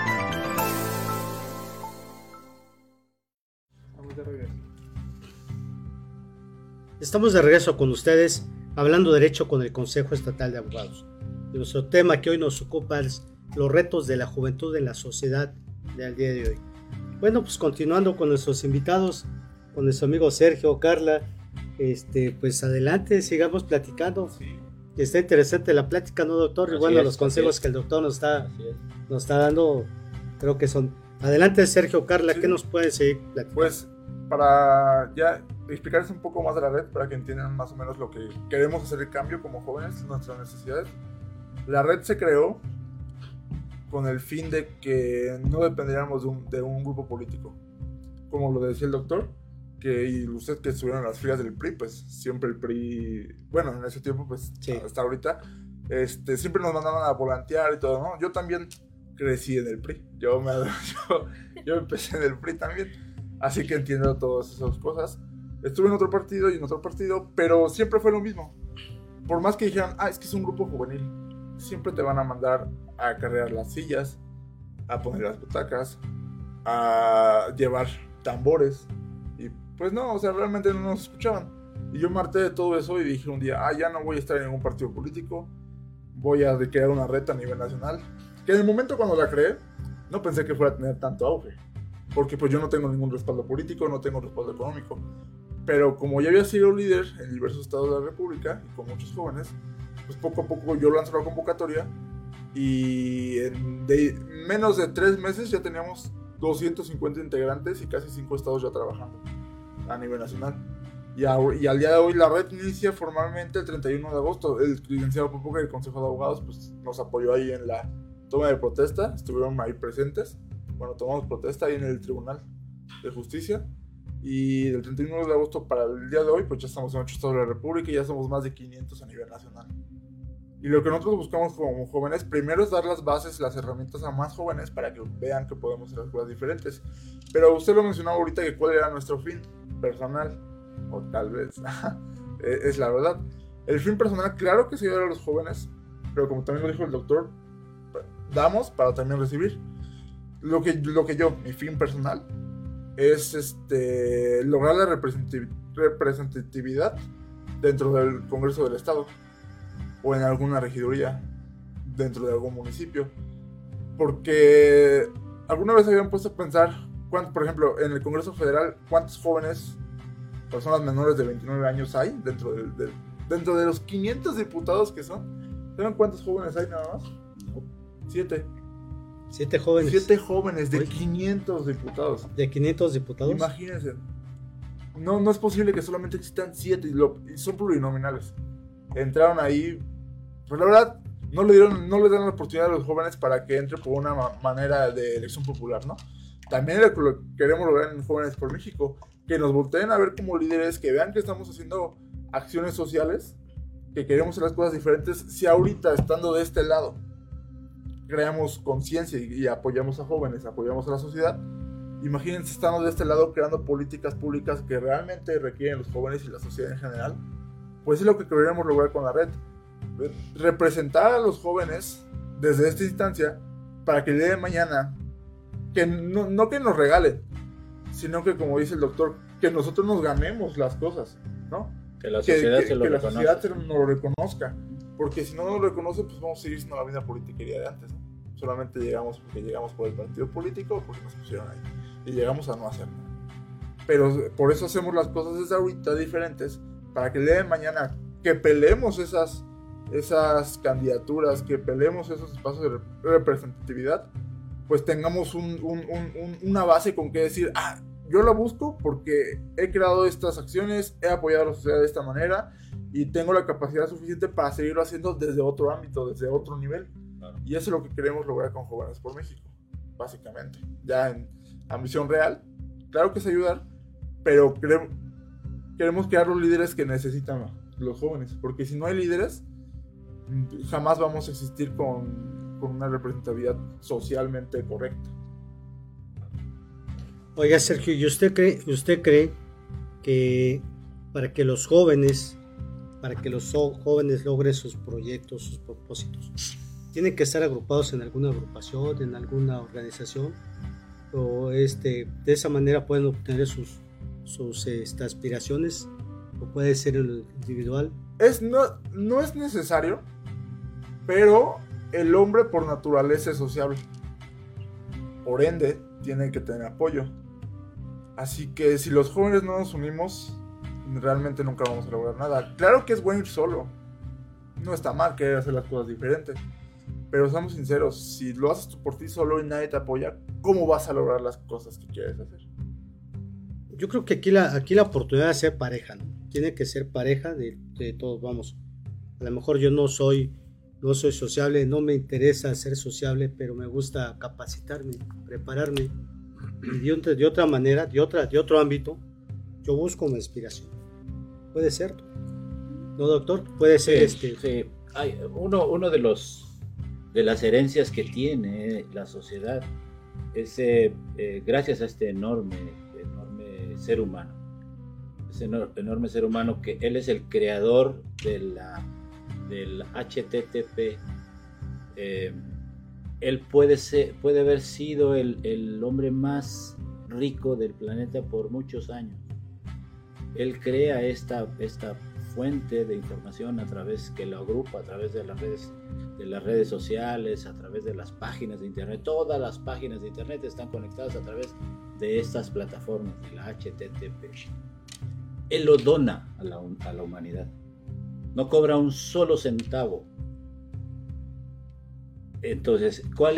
Estamos de regreso con ustedes, hablando derecho con el Consejo Estatal de Abogados. Y nuestro tema que hoy nos ocupa es los retos de la juventud en la sociedad del día de hoy. Bueno, pues continuando con nuestros invitados, con nuestro amigo Sergio, Carla, pues adelante, sigamos platicando. Sí. Está interesante la plática, ¿no, doctor? Y Así bueno, es, los consejos así que el doctor nos está Así es. dando, creo que son. Adelante, Sergio, Carla, Sí. ¿qué nos pueden seguir platicando? Pues para ya explicarles un poco más de la red, para que entiendan más o menos lo que queremos hacer el cambio como jóvenes, nuestras necesidades. La red se creó con el fin de que no dependiéramos de un grupo político. Como lo decía el doctor, y usted que estuvieron en las filas del PRI, pues siempre el PRI, bueno, en ese tiempo, pues Sí. hasta ahorita, siempre nos mandaban a volantear y todo, ¿no? Yo también crecí en el PRI, yo empecé en el PRI también, así que entiendo todas esas cosas. Estuve en otro partido y en otro partido, pero siempre fue lo mismo. Por más que dijeran, es que es un grupo juvenil, siempre te van a mandar a cargar las sillas, a poner las butacas, a llevar tambores. Y pues no, o sea, realmente no nos escuchaban. Y yo me harté de todo eso y dije un día, ya no voy a estar en ningún partido político, voy a crear una red a nivel nacional. Que en el momento cuando la creé, no pensé que fuera a tener tanto auge. Porque pues yo no tengo ningún respaldo político, no tengo respaldo económico. Pero como ya había sido líder en diversos estados de la República y con muchos jóvenes, pues poco a poco yo lanzo la convocatoria y en menos de 3 meses ya teníamos 250 integrantes y casi 5 estados ya trabajando a nivel nacional. Y al día de hoy la red inicia formalmente el 31 de agosto. El licenciado Popoca del Consejo de Abogados pues, nos apoyó ahí en la toma de protesta, estuvieron ahí presentes. Bueno, tomamos protesta ahí en el Tribunal de Justicia. Y del 31 de agosto para el día de hoy, pues ya estamos en 8 estados de la República y ya somos más de 500 a nivel nacional. Y lo que nosotros buscamos como jóvenes, primero es dar las bases, las herramientas a más jóvenes para que vean que podemos hacer cosas diferentes. Pero usted lo mencionaba ahorita, que cuál era nuestro fin personal, o tal vez es la verdad. El fin personal, claro que es ayudar a los jóvenes, pero como también lo dijo el doctor, damos para también recibir. Lo que mi fin personal, es lograr la representatividad dentro del Congreso del Estado o en alguna regiduría dentro de algún municipio, porque alguna vez habían puesto a pensar por ejemplo, en el Congreso Federal, ¿cuántos jóvenes, personas menores de 29 años hay dentro de los 500 diputados que son? ¿Saben cuántos jóvenes hay nada más? 7. 7 jóvenes. 7 jóvenes de 500 diputados. ¿De 500 diputados? Imagínense. No es posible que solamente existan 7 y son plurinominales. Entraron ahí, pues la verdad, no les dan la oportunidad a los jóvenes para que entren por una manera de elección popular, ¿no? También lo queremos lograr en Jóvenes por México, que nos volteen a ver como líderes, que vean que estamos haciendo acciones sociales, que queremos hacer las cosas diferentes. Si ahorita, estando de este lado, creamos conciencia y apoyamos a jóvenes, apoyamos a la sociedad, imagínense estando de este lado creando políticas públicas que realmente requieren los jóvenes y la sociedad en general. Pues es lo que queremos lograr con la red, representar a los jóvenes desde esta instancia para que el día de mañana, que no que nos regalen, sino que, como dice el doctor, que nosotros nos ganemos las cosas, ¿no? Que la sociedad se lo que la reconozca. sociedad nos lo reconozca, porque si no nos lo reconoce, pues vamos a seguir siendo la misma politiquería de antes, ¿no? Solamente llegamos porque llegamos por el partido político o porque nos pusieron ahí, y llegamos a no hacer nada. Pero por eso hacemos las cosas desde ahorita diferentes, para que el día de mañana que peleemos esas candidaturas, que peleemos esos espacios de representatividad, pues tengamos una base con que decir, yo la busco porque he creado estas acciones, he apoyado a la sociedad de esta manera y tengo la capacidad suficiente para seguirlo haciendo desde otro ámbito, desde otro nivel. Claro. Y eso es lo que queremos lograr con Jóvenes por México, básicamente. Ya en ambición real, claro que es ayudar, pero queremos crear los líderes que necesitan los jóvenes, porque si no hay líderes, jamás vamos a existir con una representatividad socialmente correcta. Oiga, Sergio, ¿y usted cree que para que los jóvenes logren sus proyectos, sus propósitos. Tienen que estar agrupados en alguna agrupación, en alguna organización, o de esa manera pueden obtener sus aspiraciones, o puede ser en lo individual. No es necesario, pero el hombre por naturaleza es sociable. Por ende, tiene que tener apoyo. Así que si los jóvenes no nos unimos, realmente nunca vamos a lograr nada. Claro que es bueno ir solo. No está mal querer hacer las cosas diferentes. Pero seamos sinceros, si lo haces tú por ti solo y nadie te apoya, ¿cómo vas a lograr las cosas que quieres hacer? Yo creo que aquí la oportunidad de ser pareja, ¿no? Tiene que ser pareja de todos, vamos. A lo mejor yo no soy sociable, no me interesa ser sociable, pero me gusta capacitarme, prepararme. Y de otra manera, de otro ámbito, yo busco una inspiración. Puede ser, ¿no, doctor? Puede ser Sí. Hay uno de las herencias que tiene la sociedad es gracias a este enorme ser humano. Ese enorme ser humano que él es el creador del HTTP. Él puede haber sido el hombre más rico del planeta por muchos años. Él crea esta fuente de información que lo agrupa a través de las redes sociales, a través de las páginas de internet. Todas las páginas de internet están conectadas a través de estas plataformas de la HTTP. Él lo dona a la humanidad. No cobra un solo centavo. Entonces, ¿cuál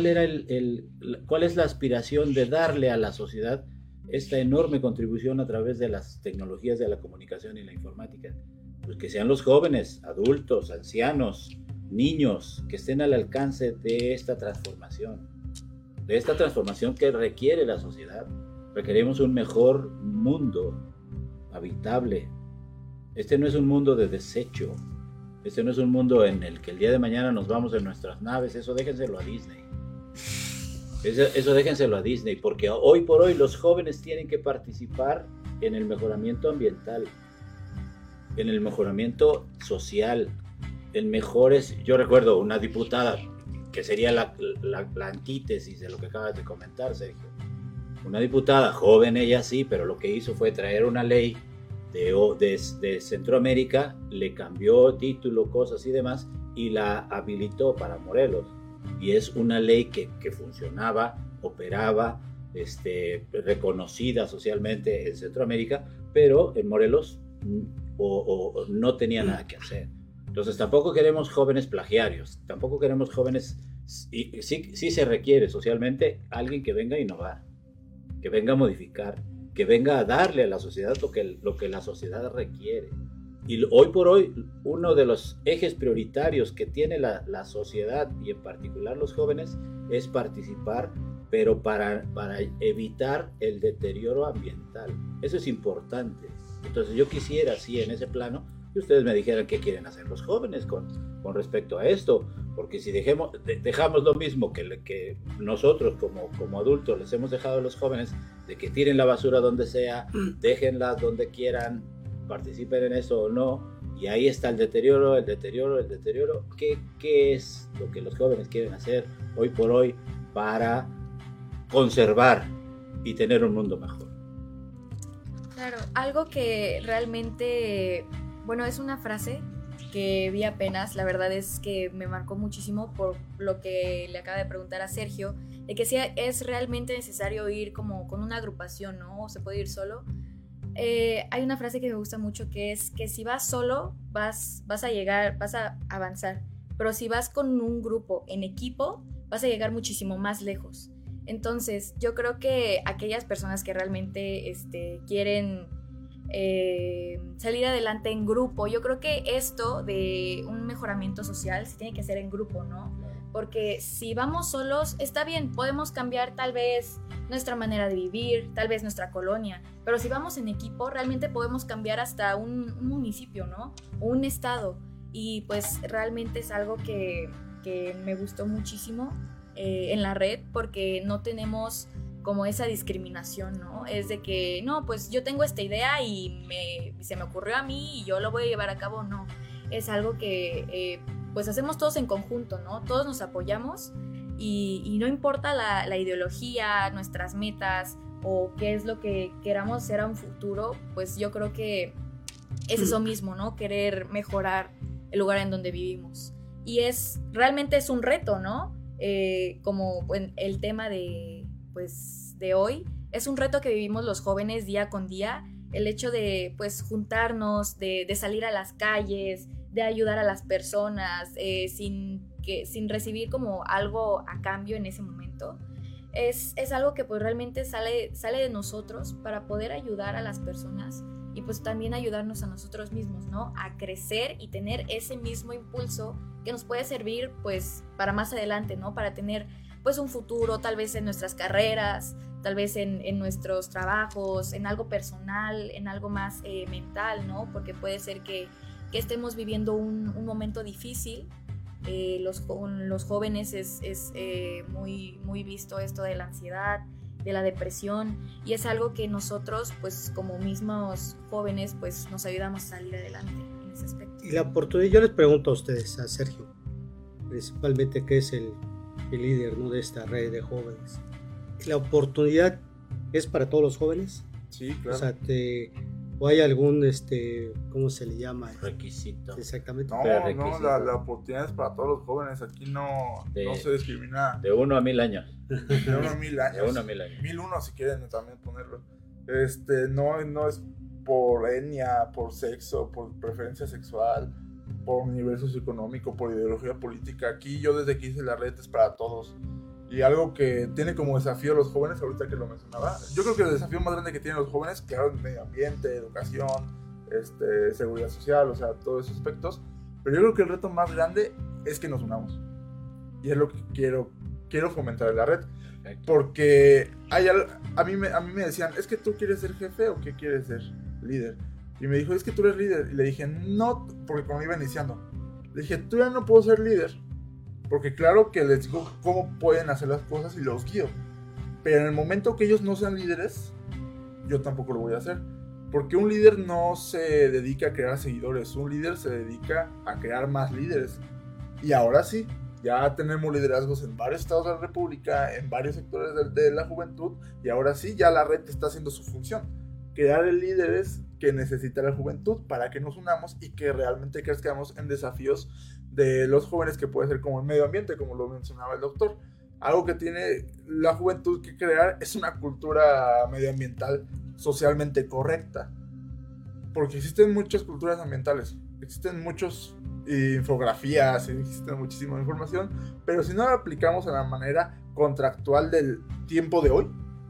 es la aspiración de darle a la sociedad esta enorme contribución a través de las tecnologías de la comunicación y la informática? Pues que sean los jóvenes, adultos, ancianos, niños, que estén al alcance de esta transformación que requiere la sociedad. Requerimos un mejor mundo habitable. Este no es un mundo de desecho. Este no es un mundo en el que el día de mañana nos vamos en nuestras naves. Eso déjenselo a Disney. Eso déjenselo a Disney, porque hoy por hoy los jóvenes tienen que participar en el mejoramiento ambiental, en el mejoramiento social, yo recuerdo una diputada que sería la antítesis de lo que acabas de comentar, Sergio. Una diputada joven, ella sí, pero lo que hizo fue traer una ley de Centroamérica, le cambió título, cosas y demás, y la habilitó para Morelos. Y es una ley que funcionaba, operaba, reconocida socialmente en Centroamérica, pero en Morelos no tenía nada que hacer. Entonces tampoco queremos jóvenes plagiarios, tampoco queremos jóvenes, sí se requiere socialmente alguien que venga a innovar, que venga a modificar, que venga a darle a la sociedad lo que la sociedad requiere. Y hoy por hoy, uno de los ejes prioritarios que tiene la sociedad, y en particular los jóvenes, es participar, pero para evitar el deterioro ambiental. Eso es importante. Entonces yo quisiera, sí, en ese plano, que ustedes me dijeran qué quieren hacer los jóvenes con respecto a esto, porque si dejamos lo mismo que nosotros como adultos les hemos dejado a los jóvenes, de que tiren la basura donde sea, déjenla donde quieran, participen en eso o no, y ahí está el deterioro. ¿Qué es lo que los jóvenes quieren hacer hoy por hoy para conservar y tener un mundo mejor? Claro, algo que realmente, bueno, es una frase que vi apenas, la verdad es que me marcó muchísimo por lo que le acaba de preguntar a Sergio, de que si es realmente necesario ir como con una agrupación, ¿no? O se puede ir solo. Hay una frase que me gusta mucho que es que si vas solo vas a llegar, vas a avanzar, pero si vas con un grupo en equipo vas a llegar muchísimo más lejos. Entonces yo creo que aquellas personas que realmente quieren salir adelante en grupo, yo creo que esto de un mejoramiento social se tiene que hacer en grupo, ¿no? Porque si vamos solos, está bien, podemos cambiar tal vez nuestra manera de vivir, tal vez nuestra colonia, pero si vamos en equipo, realmente podemos cambiar hasta un municipio, ¿no? O un estado, y pues realmente es algo que me gustó muchísimo en la red, porque no tenemos como esa discriminación, ¿no? Es de que, no, pues yo tengo esta idea y se me ocurrió a mí y yo lo voy a llevar a cabo, no. Es algo que pues hacemos todos en conjunto, ¿no? Todos nos apoyamos y no importa la ideología, nuestras metas o qué es lo que queramos hacer a un futuro, pues yo creo que es eso mismo, ¿no? Querer mejorar el lugar en donde vivimos. Y realmente es un reto, ¿no? Como el tema de hoy, es un reto que vivimos los jóvenes día con día, el hecho de pues juntarnos, de salir a las calles, de ayudar a las personas sin recibir como algo a cambio en ese momento. Es algo que pues realmente sale de nosotros para poder ayudar a las personas y pues también ayudarnos a nosotros mismos, ¿no? A crecer y tener ese mismo impulso que nos puede servir pues para más adelante, ¿no? Para tener pues un futuro, tal vez en nuestras carreras, tal vez en nuestros trabajos, en algo personal, en algo más mental, ¿no? Porque puede ser que estemos viviendo un momento difícil. Los jóvenes es muy, muy visto esto de la ansiedad, de la depresión, y es algo que nosotros pues como mismos jóvenes pues nos ayudamos a salir adelante en ese aspecto. Y la oportunidad, yo les pregunto a ustedes, a Sergio, principalmente que es el líder, ¿no?, de esta red de jóvenes. ¿La oportunidad es para todos los jóvenes? Sí, claro. O sea, ¿o hay algún, ¿cómo se le llama? Requisito. Exactamente. No, la oportunidad es para todos los jóvenes. Aquí no se discrimina. De 1 a 1000 años. De 1 a 1000 años. De 1 a 1000 años. 1001 si quieren también ponerlo. No es por etnia, por sexo, por preferencia sexual, por nivel socioeconómico, por ideología política. Aquí yo desde que hice la red es para todos. Y algo que tiene como desafío a los jóvenes, ahorita que lo mencionaba, yo creo que el desafío más grande que tienen los jóvenes, claro, es medio ambiente, educación, seguridad social, o sea, todos esos aspectos. Pero yo creo que el reto más grande es que nos unamos. Y es lo que quiero fomentar en la red. Porque a mí me decían, ¿es que tú quieres ser jefe o qué quieres ser líder? Y me dijo, es que tú eres líder. Y le dije, no, porque cuando iba iniciando, le dije, tú ya no puedo ser líder. Porque claro que les digo cómo pueden hacer las cosas y los guío. Pero en el momento que ellos no sean líderes, yo tampoco lo voy a hacer. Porque un líder no se dedica a crear seguidores. Un líder se dedica a crear más líderes. Y ahora sí, ya tenemos liderazgos en varios estados de la República, en varios sectores de la juventud. Y ahora sí, ya la red está haciendo su función. Crear líderes que necesita la juventud para que nos unamos y que realmente crezcamos en desafíos de los jóvenes, que puede ser como el medio ambiente, como lo mencionaba el doctor. Algo que tiene la juventud que crear es una cultura medioambiental socialmente correcta, porque existen muchas culturas ambientales, existen muchas infografías, existe muchísima información, pero si no la aplicamos a la manera contractual del tiempo de hoy,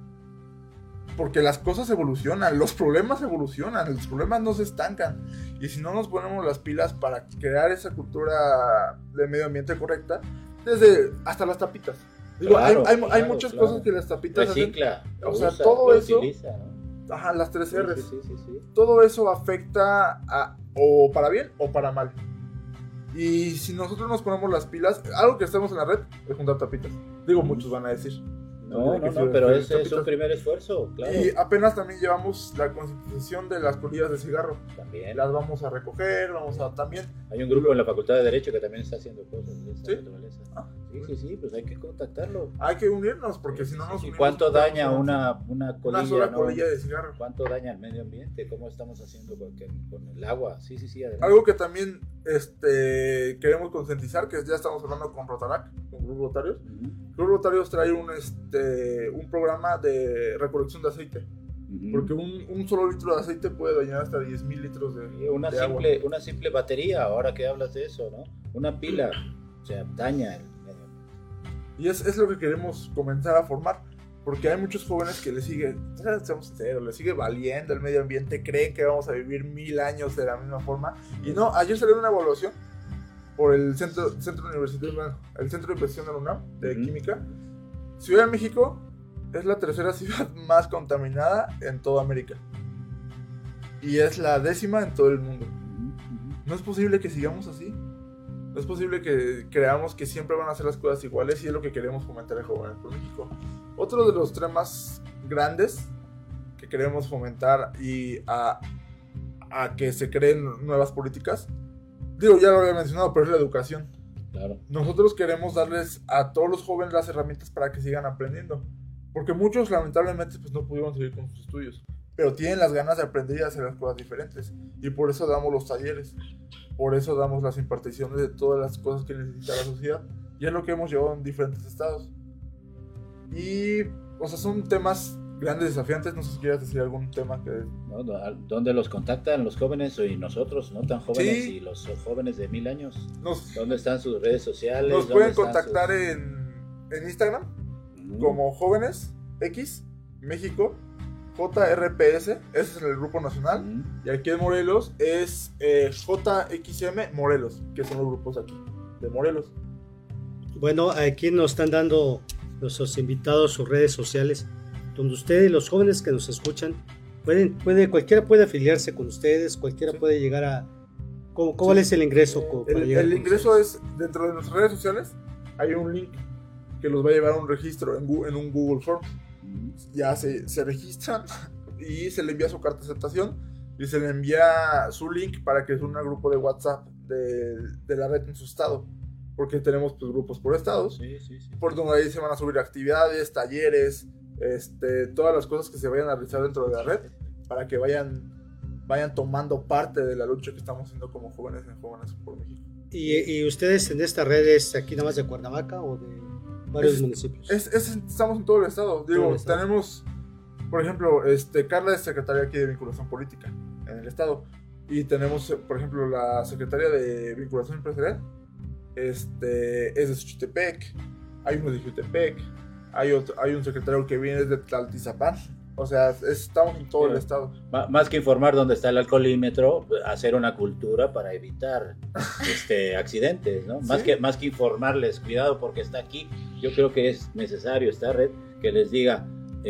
porque las cosas evolucionan, los problemas evolucionan, los problemas no se estancan. Y si no nos ponemos las pilas para crear esa cultura de medio ambiente correcta, hasta las tapitas. Digo, claro, hay muchas cosas que las tapitas recicla, hacen. O sea, todo eso. Utiliza, ¿no? Ajá, las 3 R's. Sí. Todo eso afecta o para bien o para mal. Y si nosotros nos ponemos las pilas, algo que estamos en la red es juntar tapitas. Digo, muchos van a decir. No, pero ese es un primer esfuerzo, claro. Y apenas también llevamos la concientización de las colillas de cigarro. También. Las vamos a recoger, también. Hay un grupo en la Facultad de Derecho que también está haciendo cosas de esa ¿Sí? naturaleza. Sí, pues hay que contactarlo. Hay que unirnos, porque si no nos unimos... ¿Cuánto daña una colilla? Una sola colilla de cigarro. ¿Cuánto daña el medio ambiente? ¿Cómo estamos haciendo con el agua? Sí, adelante. Algo que también queremos concientizar, que ya estamos hablando con Rotarac, con Club Rotarios. Club Rotarios trae un programa de recolección de aceite. Porque un solo litro de aceite puede dañar hasta 10,000 litros de agua. Una simple batería, ahora que hablas de eso, ¿no? Una pila, o sea, daña el medio ambiente. Y es lo que queremos comenzar a formar. Porque hay muchos jóvenes que le sigue valiendo el medio ambiente, creen que vamos a vivir 1000 años de la misma forma. Y no, ayer salió una evaluación por el centro universitario, el Centro de Investigación de la UNAM, de Química. Ciudad de México es la tercera ciudad más contaminada en toda América. Y es la 10ª en todo el mundo. No es posible que sigamos así. No es posible que creamos que siempre van a hacer las cosas iguales y es lo que queremos fomentar en Jóvenes por México. Otro de los temas grandes que queremos fomentar y a que se creen nuevas políticas, digo, ya lo había mencionado, pero es la educación. Claro. Nosotros queremos darles a todos los jóvenes las herramientas para que sigan aprendiendo, porque muchos lamentablemente pues no pudieron seguir con sus estudios, pero tienen las ganas de aprender y hacer las cosas diferentes, y por eso damos los talleres, por eso damos las imparticiones de todas las cosas que necesita la sociedad, y es lo que hemos llevado en diferentes estados. Y, o sea, son temas grandes, desafiantes. No sé si quieras decir algún tema que... ¿No? ¿Dónde los contactan los jóvenes y nosotros, no tan jóvenes, Sí. y los jóvenes de 1000 años? Nos ¿Dónde están sus redes sociales? nos ¿Dónde pueden están contactar en Instagram como Jóvenes X México JRPS, ese es el grupo nacional, y aquí en Morelos es JXM Morelos, que son los grupos aquí de Morelos. Bueno, aquí nos están dando nuestros invitados sus redes sociales, donde ustedes, los jóvenes que nos escuchan, cualquiera puede afiliarse con ustedes, cualquiera puede llegar a... ¿Cuál es el ingreso? El ingreso es, dentro de nuestras redes sociales, hay un link que los va a llevar a un registro en un Google Form. Ya se registran y se le envía su carta de aceptación y se le envía su link para que se una al grupo de WhatsApp de la red en su estado, porque tenemos pues grupos por estados, Sí. por donde ahí se van a subir actividades, talleres, todas las cosas que se vayan a realizar dentro de la red para que vayan tomando parte de la lucha que estamos haciendo como jóvenes en Jóvenes por México. ¿Y ustedes en estas redes aquí nada más de Cuernavaca o de varios municipios? Estamos en todo el estado. Digo, tenemos, por ejemplo, Carla es secretaria aquí de Vinculación Política en el estado. Y tenemos, por ejemplo, la secretaria de Vinculación Empresarial es de Xochitepec, hay uno de Jutepec, hay un secretario que viene de Tlaltizapán. O sea, estamos en todo el estado. Más que informar dónde está el alcoholímetro, hacer una cultura para evitar accidentes, ¿no? Sí. Más que informarles, cuidado porque está aquí. Yo creo que es necesario esta red que les diga,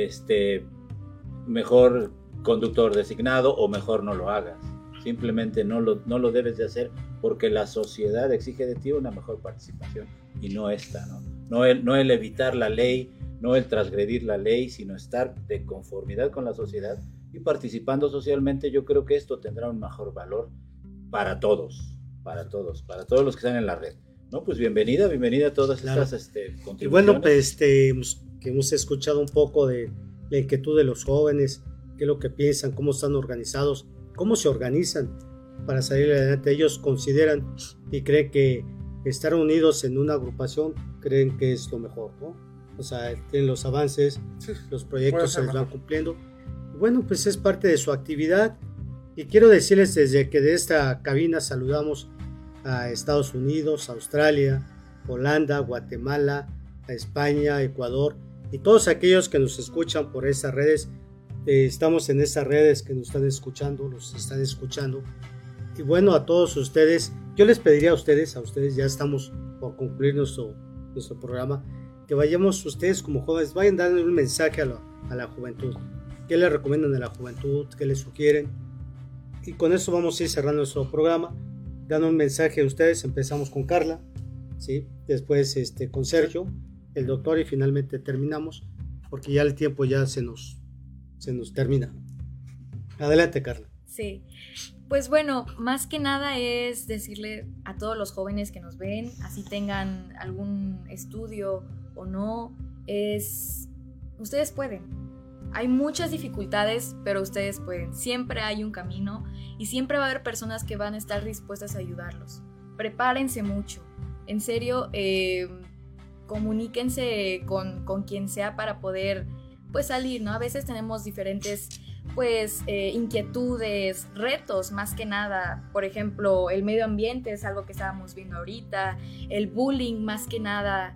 mejor conductor designado o mejor no lo hagas. Simplemente no lo debes de hacer porque la sociedad exige de ti una mejor participación y no esta, ¿no? No el evitar la ley, no el transgredir la ley, sino estar de conformidad con la sociedad y participando socialmente. Yo creo que esto tendrá un mejor valor para todos los que están en la red. No, pues bienvenida a todas estas contribuciones. Y bueno, pues que hemos escuchado un poco de la inquietud de los jóvenes, qué es lo que piensan, cómo están organizados, cómo se organizan para salir adelante. Ellos consideran y creen que estar unidos en una agrupación, creen que es lo mejor, ¿no? O sea, tienen los avances, Sí, los proyectos se les van mejor. cumpliendo. Y bueno, pues es parte de su actividad. Y quiero decirles desde que de esta cabina saludamos a Estados Unidos, Australia, Holanda, Guatemala, a España, Ecuador y todos aquellos que nos escuchan por esas redes. Estamos en esas redes que nos están escuchando, los están escuchando. Y bueno, a todos ustedes, yo les pediría a ustedes ya estamos por concluir nuestro programa, que vayamos ustedes como jóvenes, vayan dando un mensaje a la juventud. ¿Qué le recomiendan a la juventud? ¿Qué le sugieren? Y con eso vamos a ir cerrando nuestro programa, dando un mensaje a ustedes. Empezamos con Carla, ¿sí? Después con Sergio, el doctor, y finalmente terminamos, porque ya el tiempo ya se nos termina. Adelante, Carla. Sí, pues bueno, más que nada es decirle a todos los jóvenes que nos ven, así tengan algún estudio o no, ustedes pueden. Hay muchas dificultades, pero ustedes pueden. Siempre hay un camino y siempre va a haber personas que van a estar dispuestas a ayudarlos. Prepárense mucho. En serio, comuníquense con quien sea para poder pues salir, ¿no? A veces tenemos diferentes inquietudes, retos más que nada. Por ejemplo, el medio ambiente es algo que estábamos viendo ahorita, el bullying más que nada,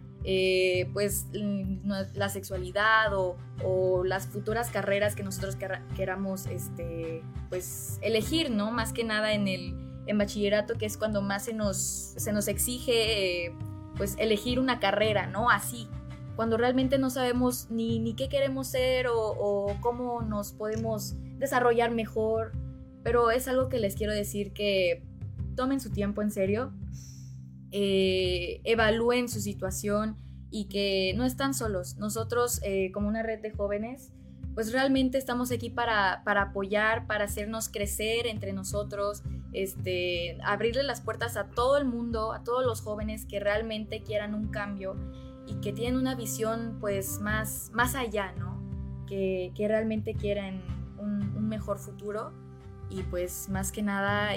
la sexualidad o las futuras carreras que nosotros queramos elegir, ¿no? Más que nada en bachillerato, que es cuando más se nos exige elegir una carrera, ¿no? Así, cuando realmente no sabemos ni qué queremos ser o cómo nos podemos desarrollar mejor. Pero es algo que les quiero decir, que tomen su tiempo en serio, evalúen su situación y que no están solos. Nosotros, como una red de jóvenes, pues realmente estamos aquí para apoyar, para hacernos crecer entre nosotros, abrirle las puertas a todo el mundo, a todos los jóvenes que realmente quieran un cambio y que tienen una visión pues más allá, ¿no? Que realmente quieran un mejor futuro y pues más que nada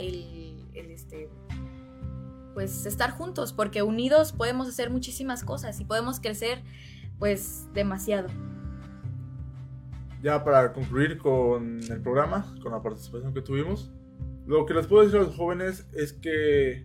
pues estar juntos, porque unidos podemos hacer muchísimas cosas y podemos crecer pues demasiado. Ya para concluir con el programa, con la participación que tuvimos, lo que les puedo decir a los jóvenes es que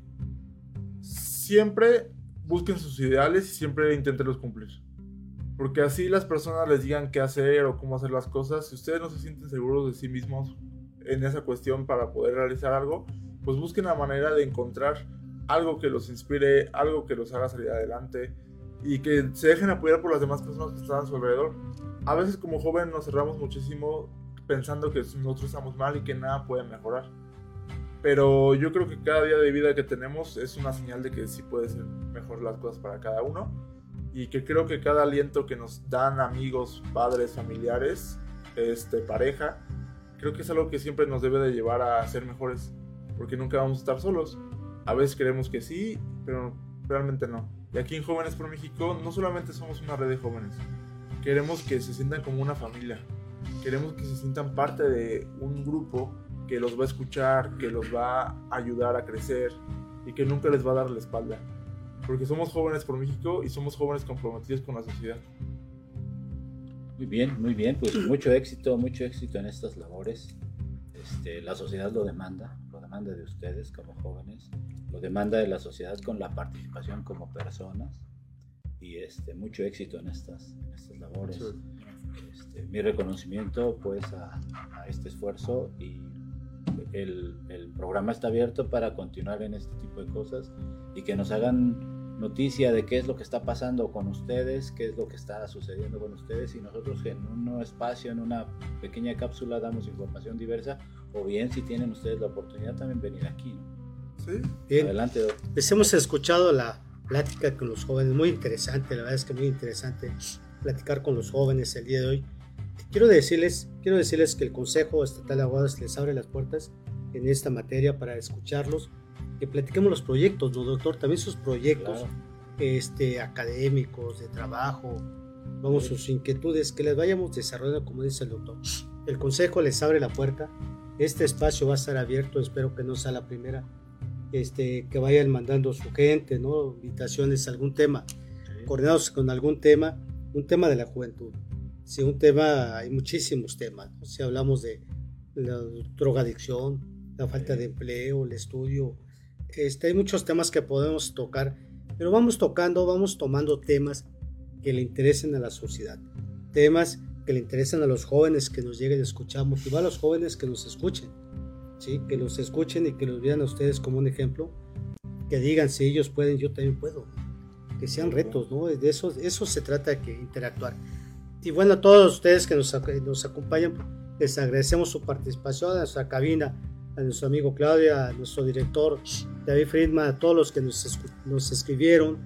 siempre busquen sus ideales y siempre inténtenlos cumplir. Porque así las personas les digan qué hacer o cómo hacer las cosas. Si ustedes no se sienten seguros de sí mismos en esa cuestión para poder realizar algo, pues busquen la manera de encontrar algo que los inspire, algo que los haga salir adelante y que se dejen apoyar por las demás personas que están a su alrededor. A veces como joven nos cerramos muchísimo pensando que nosotros estamos mal y que nada puede mejorar. Pero yo creo que cada día de vida que tenemos es una señal de que sí puede ser mejor las cosas para cada uno. Y que creo que cada aliento que nos dan amigos, padres, familiares, pareja, creo que es algo que siempre nos debe de llevar a ser mejores. Porque nunca vamos a estar solos. A veces creemos que sí, pero realmente no. Y aquí en Jóvenes por México no solamente somos una red de jóvenes. Queremos que se sientan como una familia. Queremos que se sientan parte de un grupo que los va a escuchar, que los va a ayudar a crecer y que nunca les va a dar la espalda. Porque somos Jóvenes por México y somos jóvenes comprometidos con la sociedad. Muy bien, pues mucho éxito en estas labores. La sociedad lo demanda de ustedes como jóvenes, lo demanda de la sociedad con la participación como personas y mucho éxito en estas labores. Mi reconocimiento pues a este esfuerzo y el programa está abierto para continuar en este tipo de cosas y que nos hagan noticia de qué es lo que está pasando con ustedes, qué es lo que está sucediendo con ustedes y nosotros en un espacio, en una pequeña cápsula damos información diversa o bien si tienen ustedes la oportunidad también venir aquí, ¿no? Sí. Bien. Adelante, Doc. Les hemos escuchado la plática con los jóvenes, muy interesante, la verdad es que muy interesante platicar con los jóvenes el día de hoy. Quiero decirles que el Consejo Estatal de Abogados les abre las puertas en esta materia para escucharlos, que platiquemos los proyectos, ¿no, doctor? También sus proyectos, claro, académicos, de trabajo, vamos, sus inquietudes, que les vayamos desarrollando, como dice el doctor. El Consejo les abre la puerta, este espacio va a estar abierto, espero que no sea la primera, que vayan mandando su gente, ¿no? Invitaciones a algún tema, coordinados con algún tema, un tema de la juventud. Si un tema, hay muchísimos temas, ¿no? Si hablamos de la drogadicción, la falta de empleo, el estudio, hay muchos temas que podemos tocar, pero vamos tomando temas que le interesen a la sociedad, temas que le interesen a los jóvenes que nos lleguen a escuchar, motivar a los jóvenes que nos escuchen, ¿sí? Que los escuchen y que los vean a ustedes como un ejemplo, que digan si ellos pueden, yo también puedo, que sean retos, ¿no? De eso se trata, de que interactuar. Y bueno, a todos ustedes que nos acompañan, les agradecemos su participación, a nuestra cabina, a nuestro amigo Claudia, a nuestro director David Friedman, a todos los que nos escribieron,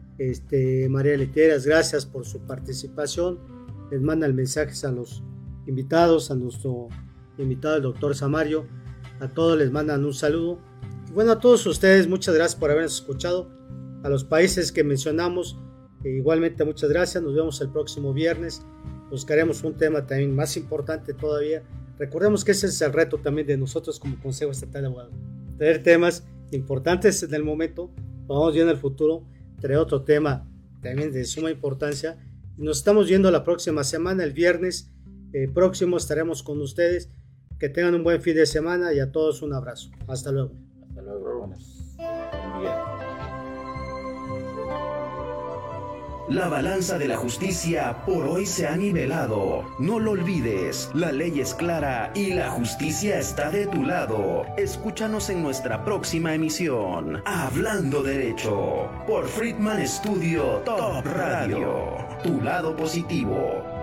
María Literas, gracias por su participación. Les mandan mensajes a los invitados, a nuestro invitado el doctor Samario, a todos les mandan un saludo. Y bueno, a todos ustedes, muchas gracias por habernos escuchado. A los países que mencionamos, igualmente muchas gracias. Nos vemos el próximo viernes. Buscaremos un tema también más importante todavía. Recordemos que ese es el reto también de nosotros como Consejo Estatal de Abogados, traer temas importantes en el momento, vamos viendo el futuro, traer otro tema también de suma importancia. Y nos estamos viendo la próxima semana, el viernes próximo estaremos con ustedes. Que tengan un buen fin de semana y a todos un abrazo. Hasta luego. Hasta luego. Buen día. La balanza de la justicia por hoy se ha nivelado. No lo olvides, la ley es clara y la justicia está de tu lado. Escúchanos en nuestra próxima emisión, Hablando Derecho, por Friedman Studio Top Radio. Tu lado positivo.